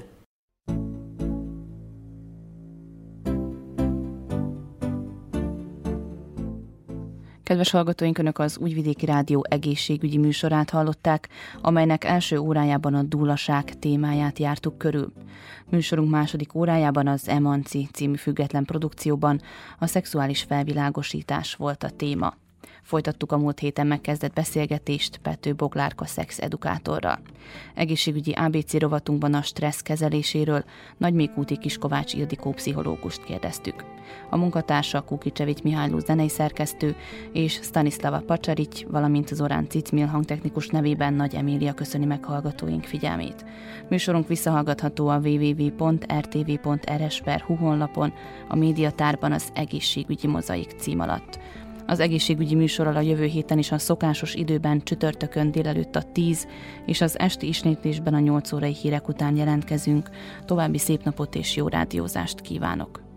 Speaker 2: Kedves hallgatóink, Önök az Újvidéki Rádió egészségügyi műsorát hallották, amelynek első órájában a dúlaság témáját jártuk körül. Műsorunk második órájában az Emanci című független produkcióban a szexuális felvilágosítás volt a téma. Folytattuk a múlt héten megkezdett beszélgetést Pető Boglárka szexedukátorral. Egészségügyi á bé cé rovatunkban a stressz kezeléséről Nagymékúti Kiskovács Ildikó pszichológust kérdeztük. A munkatársa Kukicsevics Mihályló zenei szerkesztő és Stanislava Pacsarics, valamint Zorán Cicmil hangtechnikus nevében Nagy Emília köszöni meg hallgatóink figyelmét. Műsorunk visszahallgatható a double-u double-u double-u pont r t v pont r s pont h u honlapon, a médiatárban az egészségügyi mozaik cím alatt. Az egészségügyi műsorral a jövő héten is a szokásos időben csütörtökön délelőtt a tíz és az esti ismétlésben a nyolc órai hírek után jelentkezünk. További szép napot és jó rádiózást kívánok!